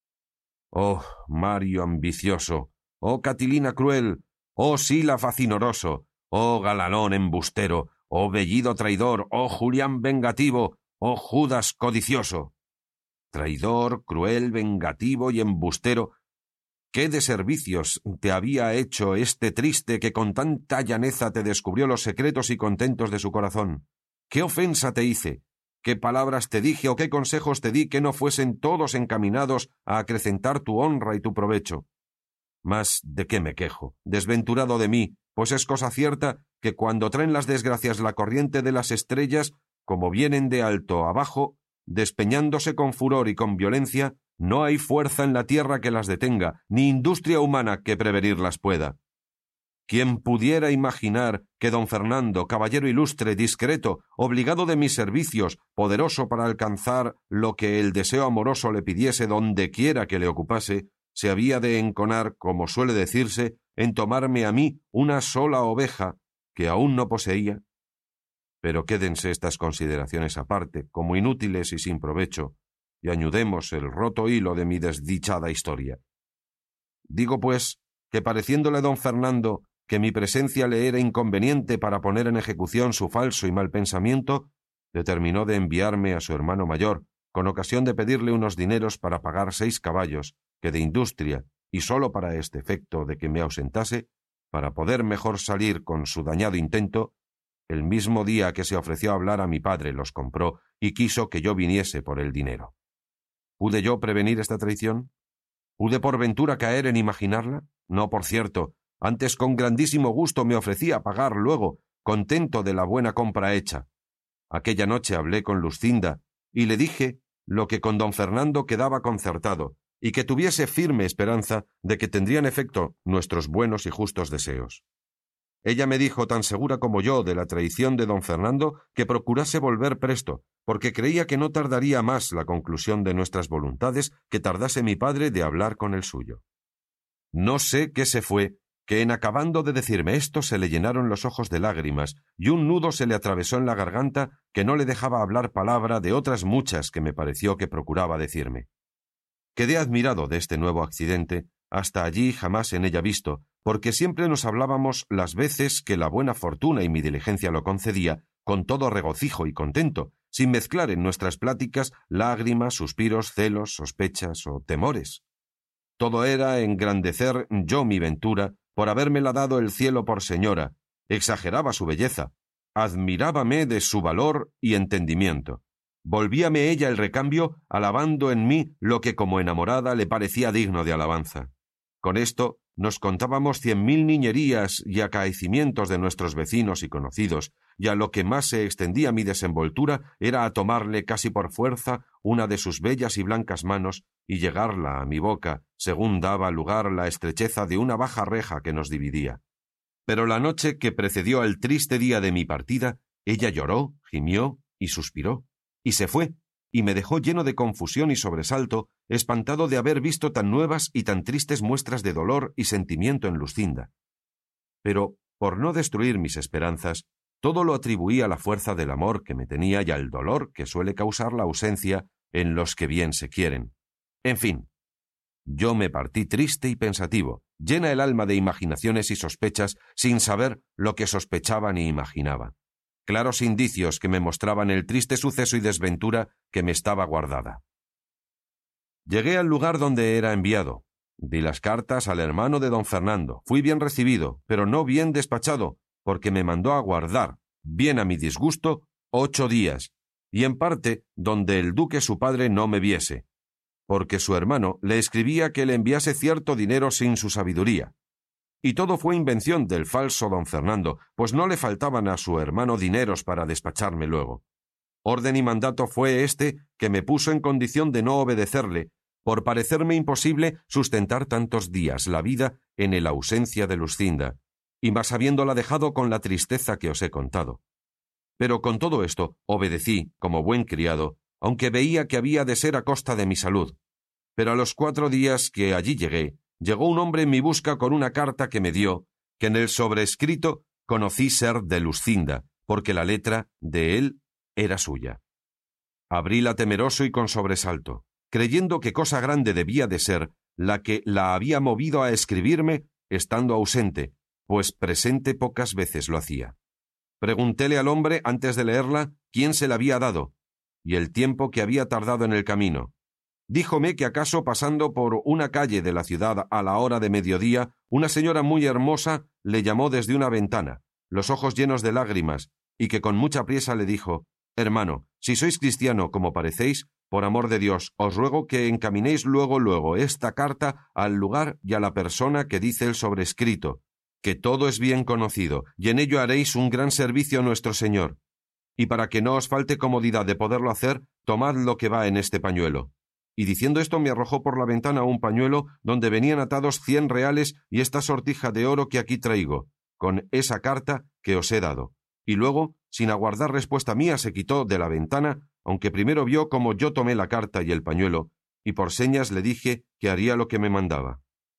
Oh, Mario ambicioso, oh Catilina cruel, oh Sila facinoroso, oh Galalón embustero, oh Bellido traidor, oh Julián vengativo, oh Judas codicioso. Traidor, cruel, vengativo y embustero, ¿qué de servicios te había hecho este triste que con tanta llaneza te descubrió los secretos y contentos de su corazón? ¿Qué ofensa te hice? ¿Qué palabras te dije o qué consejos te di que no fuesen todos encaminados a acrecentar tu honra y tu provecho? Mas, ¿de qué me quejo? Desventurado de mí, pues es cosa cierta que cuando traen las desgracias la corriente de las estrellas, como vienen de alto abajo, despeñándose con furor y con violencia, no hay fuerza en la tierra que las detenga, ni industria humana que prevenirlas pueda. ¿Quién pudiera imaginar que don Fernando, caballero ilustre, discreto, obligado de mis servicios, poderoso para alcanzar lo que el deseo amoroso le pidiese donde quiera que le ocupase, se había de enconar, como suele decirse, en tomarme a mí una sola oveja que aún no poseía? Pero quédense estas consideraciones aparte, como inútiles y sin provecho, y añudemos el roto hilo de mi desdichada historia. Digo, pues, que pareciéndole a don Fernando que mi presencia le era inconveniente para poner en ejecución su falso y mal pensamiento, determinó de enviarme a su hermano mayor, con ocasión de pedirle unos dineros para pagar seis caballos, que de industria, y sólo para este efecto de que me ausentase, para poder mejor salir con su dañado intento, el mismo día que se ofreció a hablar a mi padre los compró y quiso que yo viniese por el dinero. ¿Pude yo prevenir esta traición? ¿Pude por ventura caer en imaginarla? No, por cierto, antes con grandísimo gusto me ofrecí a pagar luego, contento de la buena compra hecha. Aquella noche hablé con Luscinda y le dije lo que con don Fernando quedaba concertado, y que tuviese firme esperanza de que tendrían efecto nuestros buenos y justos deseos. Ella me dijo, tan segura como yo de la traición de don Fernando, que procurase volver presto, porque creía que no tardaría más la conclusión de nuestras voluntades que tardase mi padre de hablar con el suyo. No sé qué se fue, que en acabando de decirme esto se le llenaron los ojos de lágrimas y un nudo se le atravesó en la garganta que no le dejaba hablar palabra de otras muchas que me pareció que procuraba decirme. Quedé admirado de este nuevo accidente, hasta allí jamás en ella visto, porque siempre nos hablábamos las veces que la buena fortuna y mi diligencia lo concedía, con todo regocijo y contento, sin mezclar en nuestras pláticas lágrimas, suspiros, celos, sospechas o temores. Todo era engrandecer yo mi ventura, por habérmela dado el cielo por señora, exageraba su belleza, admirábame de su valor y entendimiento. Volvíame ella el recambio, alabando en mí lo que como enamorada le parecía digno de alabanza. Con esto nos contábamos cien mil niñerías y acaecimientos de nuestros vecinos y conocidos, y a lo que más se extendía mi desenvoltura era a tomarle casi por fuerza una de sus bellas y blancas manos y llegarla a mi boca, según daba lugar la estrecheza de una baja reja que nos dividía. Pero la noche que precedió al triste día de mi partida, ella lloró, gimió y suspiró, y se fue, y me dejó lleno de confusión y sobresalto, espantado de haber visto tan nuevas y tan tristes muestras de dolor y sentimiento en Luscinda. Pero, por no destruir mis esperanzas, todo lo atribuí a la fuerza del amor que me tenía y al dolor que suele causar la ausencia en los que bien se quieren. En fin, yo me partí triste y pensativo, llena el alma de imaginaciones y sospechas, sin saber lo que sospechaba ni imaginaba. Claros indicios que me mostraban el triste suceso y desventura que me estaba guardada. Llegué al lugar donde era enviado. Di las cartas al hermano de don Fernando. Fui bien recibido, pero no bien despachado, porque me mandó a guardar, bien a mi disgusto, ocho días, y en parte donde el duque su padre no me viese, porque su hermano le escribía que le enviase cierto dinero sin su sabiduría. Y todo fue invención del falso don Fernando, pues no le faltaban a su hermano dineros para despacharme luego. Orden y mandato fue este que me puso en condición de no obedecerle, por parecerme imposible sustentar tantos días la vida en el ausencia de Luscinda, y más habiéndola dejado con la tristeza que os he contado. Pero con todo esto obedecí, como buen criado, aunque veía que había de ser a costa de mi salud. Pero a los cuatro días que allí llegué, llegó un hombre en mi busca con una carta que me dio, que en el sobrescrito conocí ser de Luscinda, porque la letra de él era suya. Abríla temeroso y con sobresalto, creyendo que cosa grande debía de ser la que la había movido a escribirme estando ausente, pues presente pocas veces lo hacía. Preguntéle al hombre antes de leerla quién se la había dado, y el tiempo que había tardado en el camino. Díjome que acaso pasando por una calle de la ciudad a la hora de mediodía, una señora muy hermosa le llamó desde una ventana, los ojos llenos de lágrimas, y que con mucha priesa le dijo: «Hermano, si sois cristiano como parecéis, por amor de Dios, os ruego que encaminéis luego luego esta carta al lugar y a la persona que dice el sobrescrito, que todo es bien conocido, y en ello haréis un gran servicio a nuestro Señor. Y para que no os falte comodidad de poderlo hacer, tomad lo que va en este pañuelo». Y diciendo esto me arrojó por la ventana un pañuelo donde venían atados cien reales y esta sortija de oro que aquí traigo, con esa carta que os he dado. Y luego, sin aguardar respuesta mía, se quitó de la ventana, aunque primero vio cómo yo tomé la carta y el pañuelo, y por señas le dije que haría lo que me mandaba.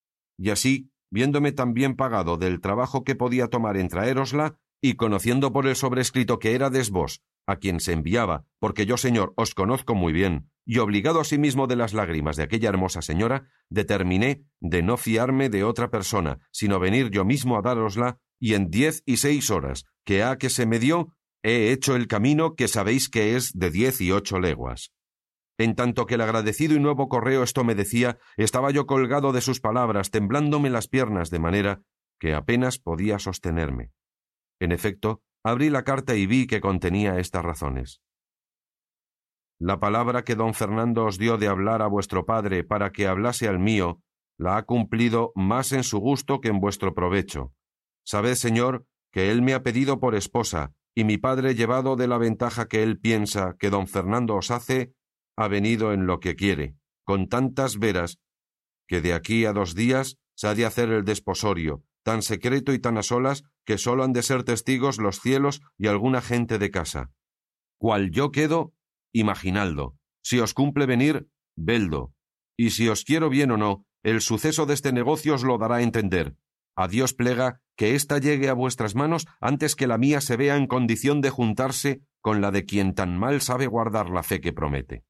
Y así, viéndome tan bien pagado del trabajo que podía tomar en traérosla, y conociendo por el sobrescrito que érades vos, a quien se enviaba, porque yo, señor, os conozco muy bien, y obligado asimismo de las lágrimas de aquella hermosa señora, determiné de no fiarme de otra persona, sino venir yo mismo a dárosla, y en diez y seis horas, que ha que se me dio, he hecho el camino que sabéis que es de diez y ocho leguas. En tanto que el agradecido y nuevo correo esto me decía, estaba yo colgado de sus palabras, temblándome las piernas de manera que apenas podía sostenerme. En efecto, abrí la carta y vi que contenía estas razones. la palabra que don Fernando os dio de hablar a vuestro padre para que hablase al mío, la ha cumplido más en su gusto que en vuestro provecho. Sabed, señor, que él me ha pedido por esposa, y mi padre, llevado de la ventaja que él piensa que don Fernando os hace, ha venido en lo que quiere, con tantas veras, que de aquí a dos días se ha de hacer el desposorio, tan secreto y tan a solas que sólo han de ser testigos los cielos y alguna gente de casa. Cual yo quedo, imaginaldo. Si os cumple venir, veldo. Y si os quiero bien o no, el suceso de este negocio os lo dará a entender. A Dios plega que ésta llegue a vuestras manos antes que la mía se vea en condición de juntarse con la de quien tan mal sabe guardar la fe que promete.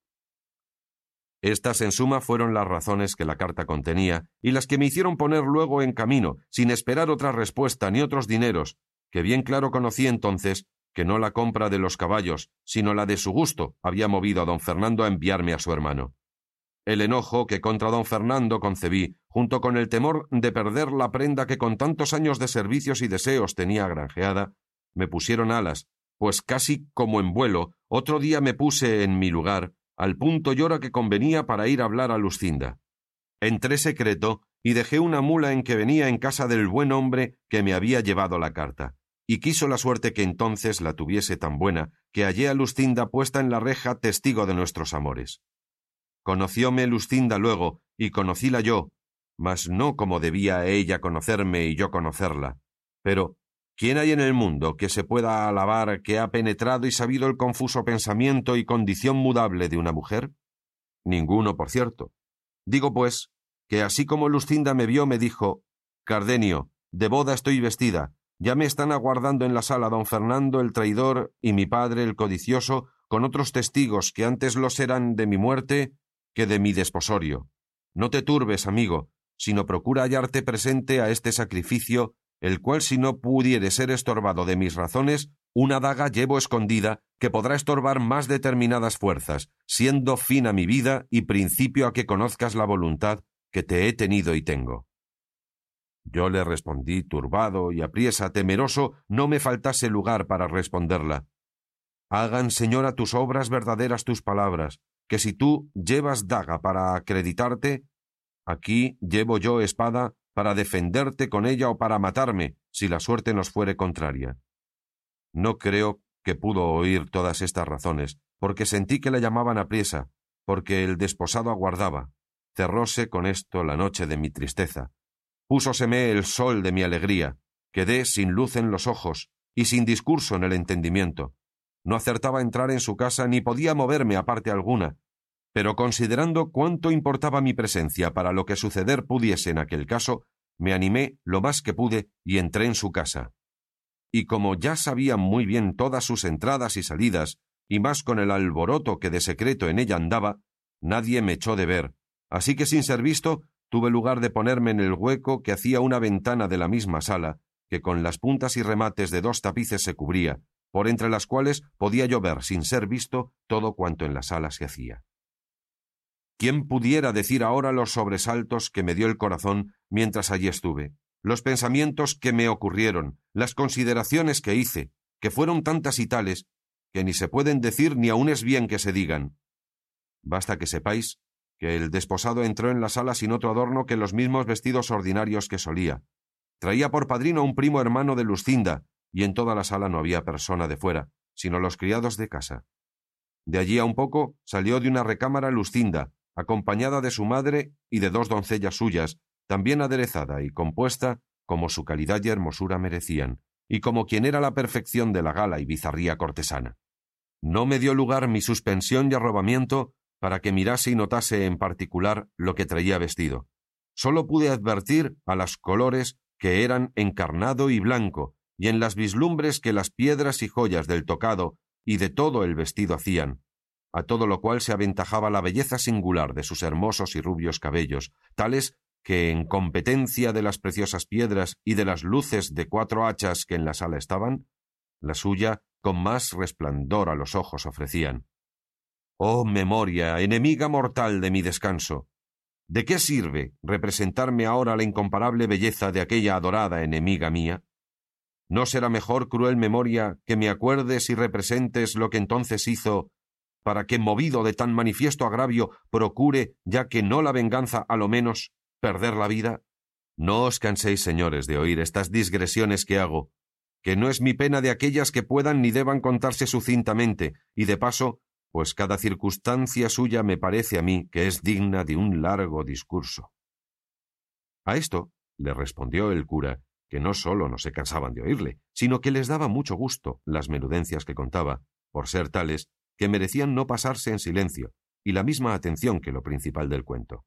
Estas, en suma, fueron las razones que la carta contenía y las que me hicieron poner luego en camino, sin esperar otra respuesta ni otros dineros, que bien claro conocí entonces que no la compra de los caballos, sino la de su gusto, había movido a don Fernando a enviarme a su hermano. El enojo que contra don Fernando concebí, junto con el temor de perder la prenda que con tantos años de servicios y deseos tenía granjeada, me pusieron alas, pues casi como en vuelo, otro día me puse en mi lugar, al punto y hora que convenía para ir a hablar a Luscinda. Entré secreto y dejé una mula en que venía en casa del buen hombre que me había llevado la carta, y quiso la suerte que entonces la tuviese tan buena, que hallé a Luscinda puesta en la reja testigo de nuestros amores. Conocióme Luscinda luego, y conocíla yo, mas no como debía ella conocerme y yo conocerla. Pero, ¿quién hay en el mundo que se pueda alabar que ha penetrado y sabido el confuso pensamiento y condición mudable de una mujer? Ninguno, por cierto. Digo, pues, que así como Luscinda me vio, me dijo: Cardenio, de boda estoy vestida, ya me están aguardando en la sala don Fernando el traidor y mi padre el codicioso, con otros testigos que antes los eran de mi muerte que de mi desposorio. No te turbes, amigo, sino procura hallarte presente a este sacrificio, el cual si no pudiere ser estorbado de mis razones, una daga llevo escondida que podrá estorbar más determinadas fuerzas, siendo fin a mi vida y principio a que conozcas la voluntad que te he tenido y tengo. Yo le respondí turbado y apriesa, temeroso no me faltase lugar para responderla. Hagan, señora, tus obras verdaderas tus palabras, que si tú llevas daga para acreditarte, aquí llevo yo espada para defenderte con ella o para matarme, si la suerte nos fuere contraria. No creo que pudo oír todas estas razones, porque sentí que la llamaban apriesa, porque el desposado aguardaba. Cerróse con esto la noche de mi tristeza. Púsoseme el sol de mi alegría. Quedé sin luz en los ojos y sin discurso en el entendimiento. No acertaba a entrar en su casa ni podía moverme a parte alguna, pero considerando cuánto importaba mi presencia para lo que suceder pudiese en aquel caso, me animé lo más que pude y entré en su casa. Y como ya sabía muy bien todas sus entradas y salidas, y más con el alboroto que de secreto en ella andaba, nadie me echó de ver, así que sin ser visto tuve lugar de ponerme en el hueco que hacía una ventana de la misma sala, que con las puntas y remates de dos tapices se cubría, por entre las cuales podía yo ver, sin ser visto, todo cuanto en la sala se hacía. ¿Quién pudiera decir ahora los sobresaltos que me dio el corazón mientras allí estuve, los pensamientos que me ocurrieron, las consideraciones que hice, que fueron tantas y tales, que ni se pueden decir ni aun es bien que se digan? Basta que sepáis que el desposado entró en la sala sin otro adorno que los mismos vestidos ordinarios que solía. Traía por padrino a un primo hermano de Luscinda, y en toda la sala no había persona de fuera, sino los criados de casa. De allí a un poco salió de una recámara Luscinda, acompañada de su madre y de dos doncellas suyas, también aderezada y compuesta como su calidad y hermosura merecían, y como quien era la perfección de la gala y bizarría cortesana. No me dio lugar mi suspensión y arrobamiento para que mirase y notase en particular lo que traía vestido. Solo pude advertir a las colores que eran encarnado y blanco, y en las vislumbres que las piedras y joyas del tocado y de todo el vestido hacían, a todo lo cual se aventajaba la belleza singular de sus hermosos y rubios cabellos, tales que, en competencia de las preciosas piedras y de las luces de cuatro hachas que en la sala estaban, la suya con más resplandor a los ojos ofrecían. Oh memoria, enemiga mortal de mi descanso, ¿de qué sirve representarme ahora la incomparable belleza de aquella adorada enemiga mía? ¿No será mejor, cruel memoria, que me acuerdes y representes lo que entonces hizo para que, movido de tan manifiesto agravio, procure, ya que no la venganza, a lo menos, perder la vida? No os canséis, señores, de oír estas digresiones que hago, que no es mi pena de aquellas que puedan ni deban contarse sucintamente, y de paso, pues cada circunstancia suya me parece a mí que es digna de un largo discurso. A esto le respondió el cura, que no sólo no se cansaban de oírle, sino que les daba mucho gusto las menudencias que contaba, por ser tales que merecían no pasarse en silencio, y la misma atención que lo principal del cuento.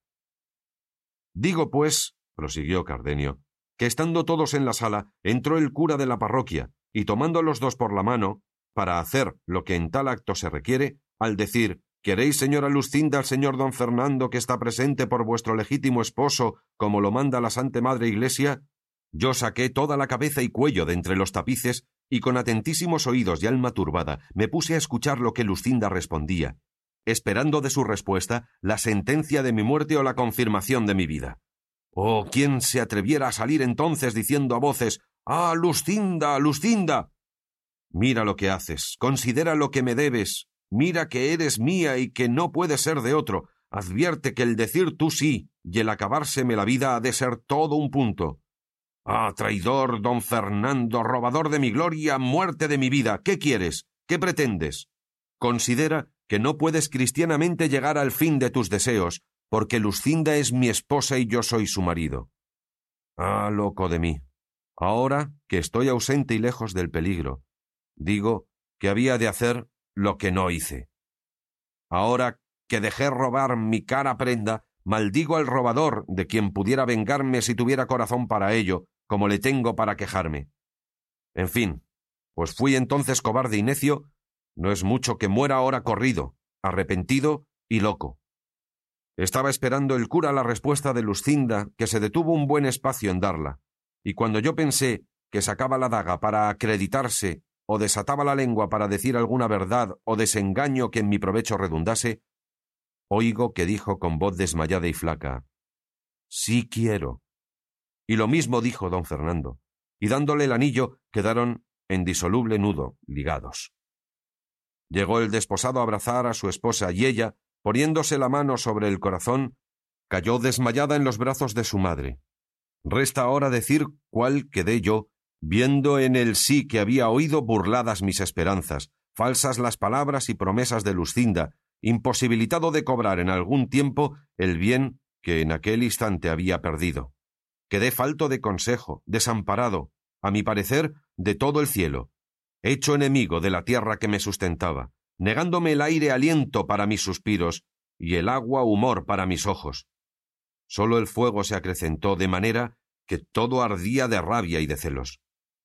Digo, pues, prosiguió Cardenio, que estando todos en la sala, entró el cura de la parroquia, y tomando a los dos por la mano, para hacer lo que en tal acto se requiere, al decir, ¿queréis, señora Luscinda, al señor don Fernando, que está presente por vuestro legítimo esposo, como lo manda la Santa Madre Iglesia? Yo saqué toda la cabeza y cuello de entre los tapices, y con atentísimos oídos y alma turbada me puse a escuchar lo que Luscinda respondía, esperando de su respuesta la sentencia de mi muerte o la confirmación de mi vida. Oh, ¿quién se atreviera a salir entonces diciendo a voces, «¡Ah, Luscinda, Luscinda!» Mira lo que haces, considera lo que me debes, mira que eres mía y que no puede ser de otro, advierte que el decir tú sí y el acabárseme la vida ha de ser todo un punto. «Ah, traidor, don Fernando, robador de mi gloria, muerte de mi vida, ¿qué quieres? ¿Qué pretendes? Considera que no puedes cristianamente llegar al fin de tus deseos, porque Luscinda es mi esposa y yo soy su marido. Ah, loco de mí, ahora que estoy ausente y lejos del peligro, digo que había de hacer lo que no hice. Ahora que dejé robar mi cara prenda, maldigo al robador, de quien pudiera vengarme si tuviera corazón para ello, como le tengo para quejarme. En fin, pues fui entonces cobarde y necio, no es mucho que muera ahora corrido, arrepentido y loco. Estaba esperando el cura la respuesta de Luscinda, que se detuvo un buen espacio en darla, y cuando yo pensé que sacaba la daga para acreditarse o desataba la lengua para decir alguna verdad o desengaño que en mi provecho redundase, oigo que dijo con voz desmayada y flaca, «Sí quiero». Y lo mismo dijo don Fernando, y dándole el anillo quedaron en disoluble nudo ligados. Llegó el desposado a abrazar a su esposa y ella, poniéndose la mano sobre el corazón, cayó desmayada en los brazos de su madre. Resta ahora decir cuál quedé yo, viendo en el sí que había oído burladas mis esperanzas, falsas las palabras y promesas de Luscinda, imposibilitado de cobrar en algún tiempo el bien que en aquel instante había perdido. Quedé falto de consejo, desamparado, a mi parecer, de todo el cielo, hecho enemigo de la tierra que me sustentaba, negándome el aire aliento para mis suspiros y el agua humor para mis ojos. Sólo el fuego se acrecentó de manera que todo ardía de rabia y de celos.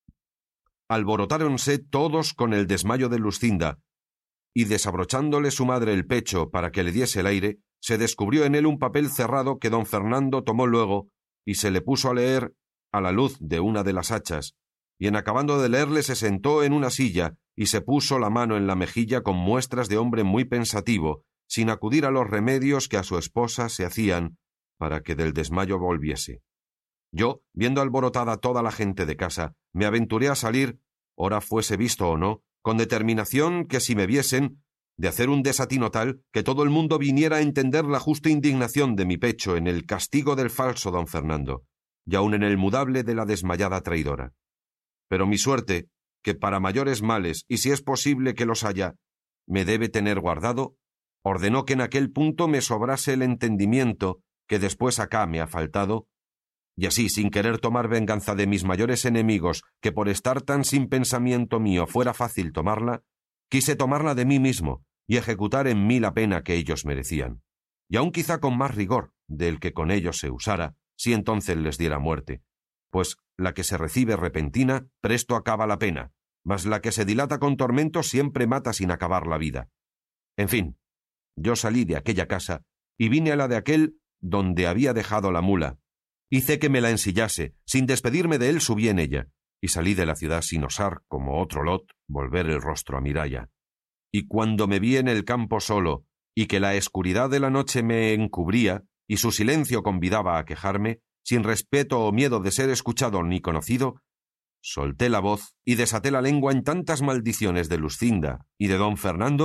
Alborotáronse todos con el desmayo de Luscinda, y desabrochándole su madre el pecho para que le diese el aire, se descubrió en él un papel cerrado que don Fernando tomó luego y se le puso a leer a la luz de una de las hachas, y en acabando de leerle se sentó en una silla y se puso la mano en la mejilla con muestras de hombre muy pensativo, sin acudir a los remedios que a su esposa se hacían para que del desmayo volviese. Yo, viendo alborotada toda la gente de casa, me aventuré a salir, ora fuese visto o no, con determinación que si me viesen, de hacer un desatino tal que todo el mundo viniera a entender la justa indignación de mi pecho en el castigo del falso don Fernando, y aun en el mudable de la desmayada traidora. Pero mi suerte, que para mayores males, y si es posible que los haya, me debe tener guardado, ordenó que en aquel punto me sobrase el entendimiento que después acá me ha faltado, y así, sin querer tomar venganza de mis mayores enemigos, que por estar tan sin pensamiento mío fuera fácil tomarla, quise tomarla de mí mismo y ejecutar en mí la pena que ellos merecían, y aun quizá con más rigor del que con ellos se usara, si entonces les diera muerte, pues la que se recibe repentina presto acaba la pena, mas la que se dilata con tormento siempre mata sin acabar la vida. En fin, yo salí de aquella casa y vine a la de aquel donde había dejado la mula. Hice que me la ensillase, sin despedirme de él subí en ella, y salí de la ciudad sin osar, como otro Lot, volver el rostro a Miralla. Y cuando me vi en el campo solo, y que la escuridad de la noche me encubría, y su silencio convidaba a quejarme, sin respeto o miedo de ser escuchado ni conocido, solté la voz y desaté la lengua en tantas maldiciones de Luscinda y de don Fernando,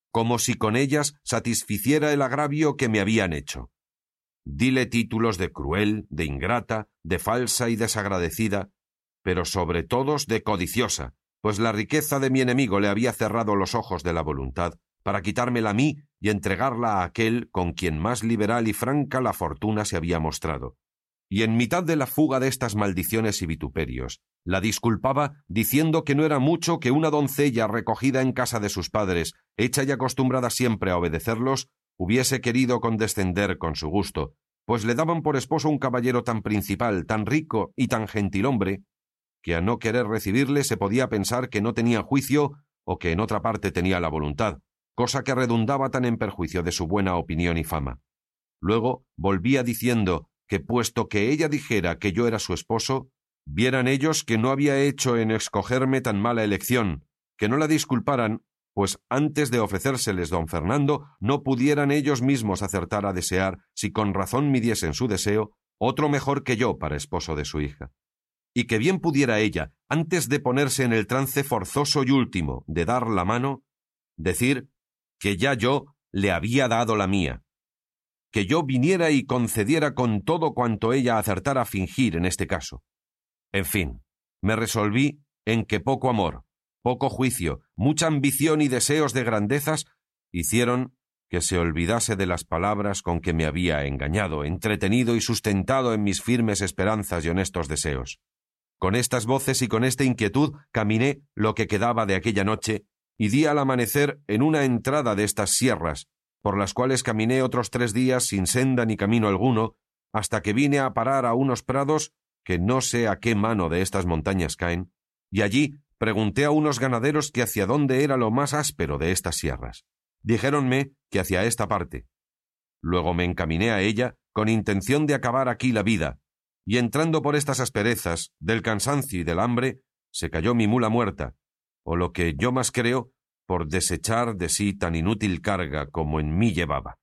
como si con ellas satisficiera el agravio que me habían hecho. Dile títulos de cruel, de ingrata, de falsa y desagradecida, pero sobre todos de codiciosa, pues la riqueza de mi enemigo le había cerrado los ojos de la voluntad para quitármela a mí y entregarla a aquel con quien más liberal y franca la fortuna se había mostrado. Y en mitad de la fuga de estas maldiciones y vituperios, la disculpaba diciendo que no era mucho que una doncella recogida en casa de sus padres, hecha y acostumbrada siempre a obedecerlos, hubiese querido condescender con su gusto, pues le daban por esposo un caballero tan principal, tan rico y tan gentilhombre, que a no querer recibirle se podía pensar que no tenía juicio o que en otra parte tenía la voluntad, cosa que redundaba tan en perjuicio de su buena opinión y fama. Luego volvía diciendo que puesto que ella dijera que yo era su esposo, vieran ellos que no había hecho en escogerme tan mala elección, que no la disculparan, pues antes de ofrecérseles don Fernando no pudieran ellos mismos acertar a desear, si con razón midiesen su deseo, otro mejor que yo para esposo de su hija. Y que bien pudiera ella, antes de ponerse en el trance forzoso y último de dar la mano, decir que ya yo le había dado la mía, que yo viniera y concediera con todo cuanto ella acertara a fingir en este caso. En fin, me resolví en que poco amor, poco juicio, mucha ambición y deseos de grandezas hicieron que se olvidase de las palabras con que me había engañado, entretenido y sustentado en mis firmes esperanzas y honestos deseos. Con estas voces y con esta inquietud caminé lo que quedaba de aquella noche y di al amanecer en una entrada de estas sierras, por las cuales caminé otros tres días sin senda ni camino alguno, hasta que vine a parar a unos prados que no sé a qué mano de estas montañas caen, y allí pregunté a unos ganaderos que hacia dónde era lo más áspero de estas sierras. Dijéronme que hacia esta parte. Luego me encaminé a ella con intención de acabar aquí la vida, y entrando por estas asperezas, del cansancio y del hambre, se cayó mi mula muerta, o lo que yo más creo, por desechar de sí tan inútil carga como en mí llevaba.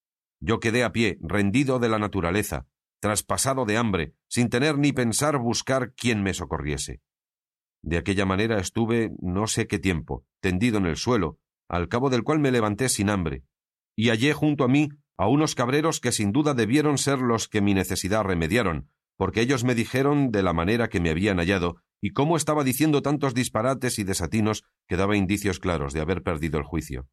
Yo quedé a pie, rendido de la naturaleza, traspasado de hambre, sin tener ni pensar buscar quien me socorriese. De aquella manera estuve no sé qué tiempo, tendido en el suelo, al cabo del cual me levanté sin hambre, y hallé junto a mí a unos cabreros que sin duda debieron ser los que mi necesidad remediaron, porque ellos me dijeron de la manera que me habían hallado y cómo estaba diciendo tantos disparates y desatinos que daba indicios claros de haber perdido el juicio.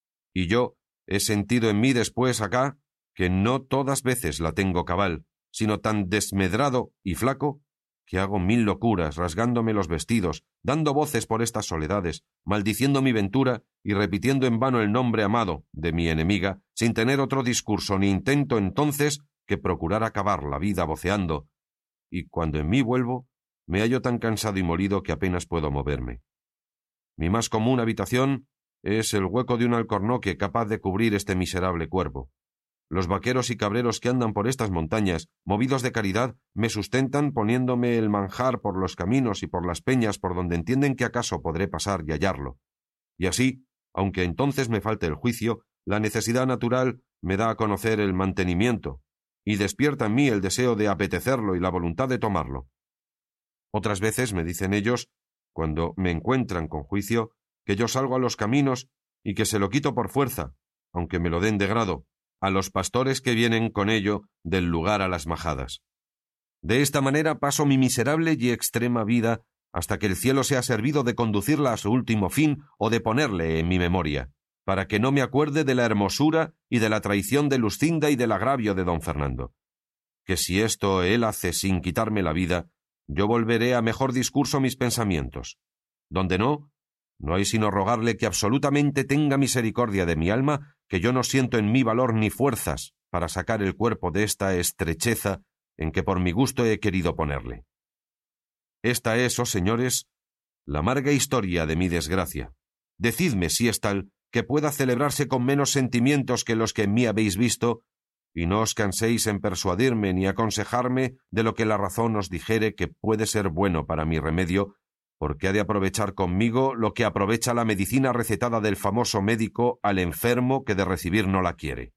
Y yo he sentido en mí después acá que no todas veces la tengo cabal, sino tan desmedrado y flaco que hago mil locuras, rasgándome los vestidos, dando voces por estas soledades, maldiciendo mi ventura y repitiendo en vano el nombre amado de mi enemiga, sin tener otro discurso ni intento entonces que procurar acabar la vida voceando, y cuando en mí vuelvo, me hallo tan cansado y molido que apenas puedo moverme. Mi más común habitación es el hueco de un alcornoque capaz de cubrir este miserable cuerpo. Los vaqueros y cabreros que andan por estas montañas, movidos de caridad, me sustentan poniéndome el manjar por los caminos y por las peñas por donde entienden que acaso podré pasar y hallarlo. Y así, aunque entonces me falte el juicio, la necesidad natural me da a conocer el mantenimiento, y despierta en mí el deseo de apetecerlo y la voluntad de tomarlo. Otras veces me dicen ellos, cuando me encuentran con juicio, que yo salgo a los caminos y que se lo quito por fuerza, aunque me lo den de grado, a los pastores que vienen con ello del lugar a las majadas. De esta manera paso mi miserable y extrema vida hasta que el cielo sea servido de conducirla a su último fin o de ponerle en mi memoria, para que no me acuerde de la hermosura y de la traición de Luscinda y del agravio de don Fernando. Que si esto él hace sin quitarme la vida, yo volveré a mejor discurso mis pensamientos. Donde no, no hay sino rogarle que absolutamente tenga misericordia de mi alma, que yo no siento en mí valor ni fuerzas para sacar el cuerpo de esta estrecheza en que por mi gusto he querido ponerle. Esta es, oh señores, la amarga historia de mi desgracia. Decidme si es tal que pueda celebrarse con menos sentimientos que los que en mí habéis visto, y no os canséis en persuadirme ni aconsejarme de lo que la razón os dijere que puede ser bueno para mi remedio, porque ha de aprovechar conmigo lo que aprovecha la medicina recetada del famoso médico al enfermo que de recibir no la quiere.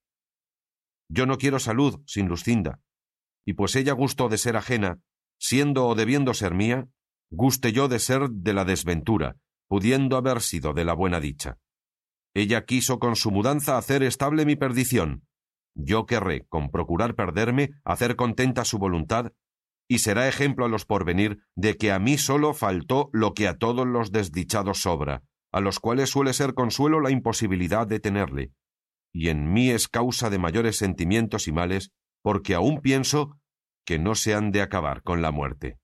Yo no quiero salud sin Luscinda, y pues ella gustó de ser ajena, siendo o debiendo ser mía, guste yo de ser de la desventura, pudiendo haber sido de la buena dicha. Ella quiso con su mudanza hacer estable mi perdición. Yo querré, con procurar perderme, hacer contenta su voluntad, y será ejemplo a los porvenir de que a mí solo faltó lo que a todos los desdichados sobra, a los cuales suele ser consuelo la imposibilidad de tenerle, y en mí es causa de mayores sentimientos y males, porque aún pienso que no se han de acabar con la muerte.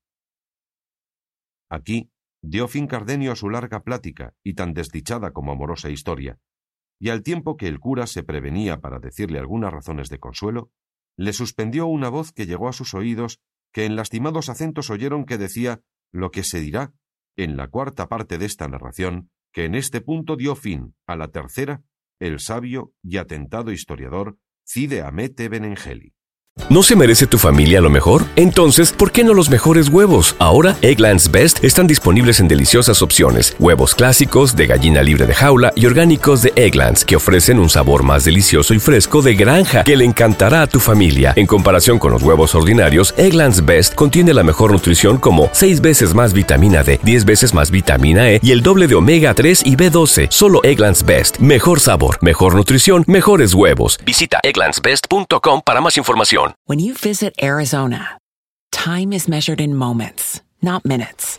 Aquí dio fin Cardenio a su larga plática y tan desdichada como amorosa historia, y al tiempo que el cura se prevenía para decirle algunas razones de consuelo, le suspendió una voz que llegó a sus oídos, que en lastimados acentos oyeron que decía lo que se dirá en la cuarta parte de esta narración, que en este punto dio fin a la tercera el sabio y atentado historiador Cide Hamete Benengeli. ¿No se merece tu familia lo mejor? Entonces, ¿por qué no los mejores huevos? Ahora, Eggland's Best están disponibles en deliciosas opciones. Huevos clásicos, de gallina libre de jaula y orgánicos de Eggland's, que ofrecen un sabor más delicioso y fresco de granja que le encantará a tu familia. En comparación con los huevos ordinarios, Eggland's Best contiene la mejor nutrición como seis veces más vitamina D, diez veces más vitamina E y el doble de omega tres y B doce. Solo Eggland's Best. Mejor sabor, mejor nutrición, mejores huevos. Visita egglands best punto com para más información. When you visit Arizona, time is measured in moments, not minutes.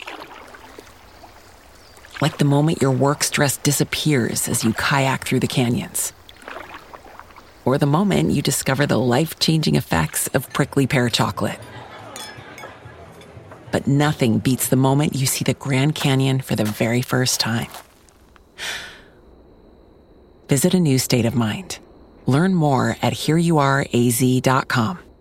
Like the moment your work stress disappears as you kayak through the canyons. Or the moment you discover the life-changing effects of prickly pear chocolate. But nothing beats the moment you see the Grand Canyon for the very first time. Visit a new state of mind. Learn more at here you are a z dot com.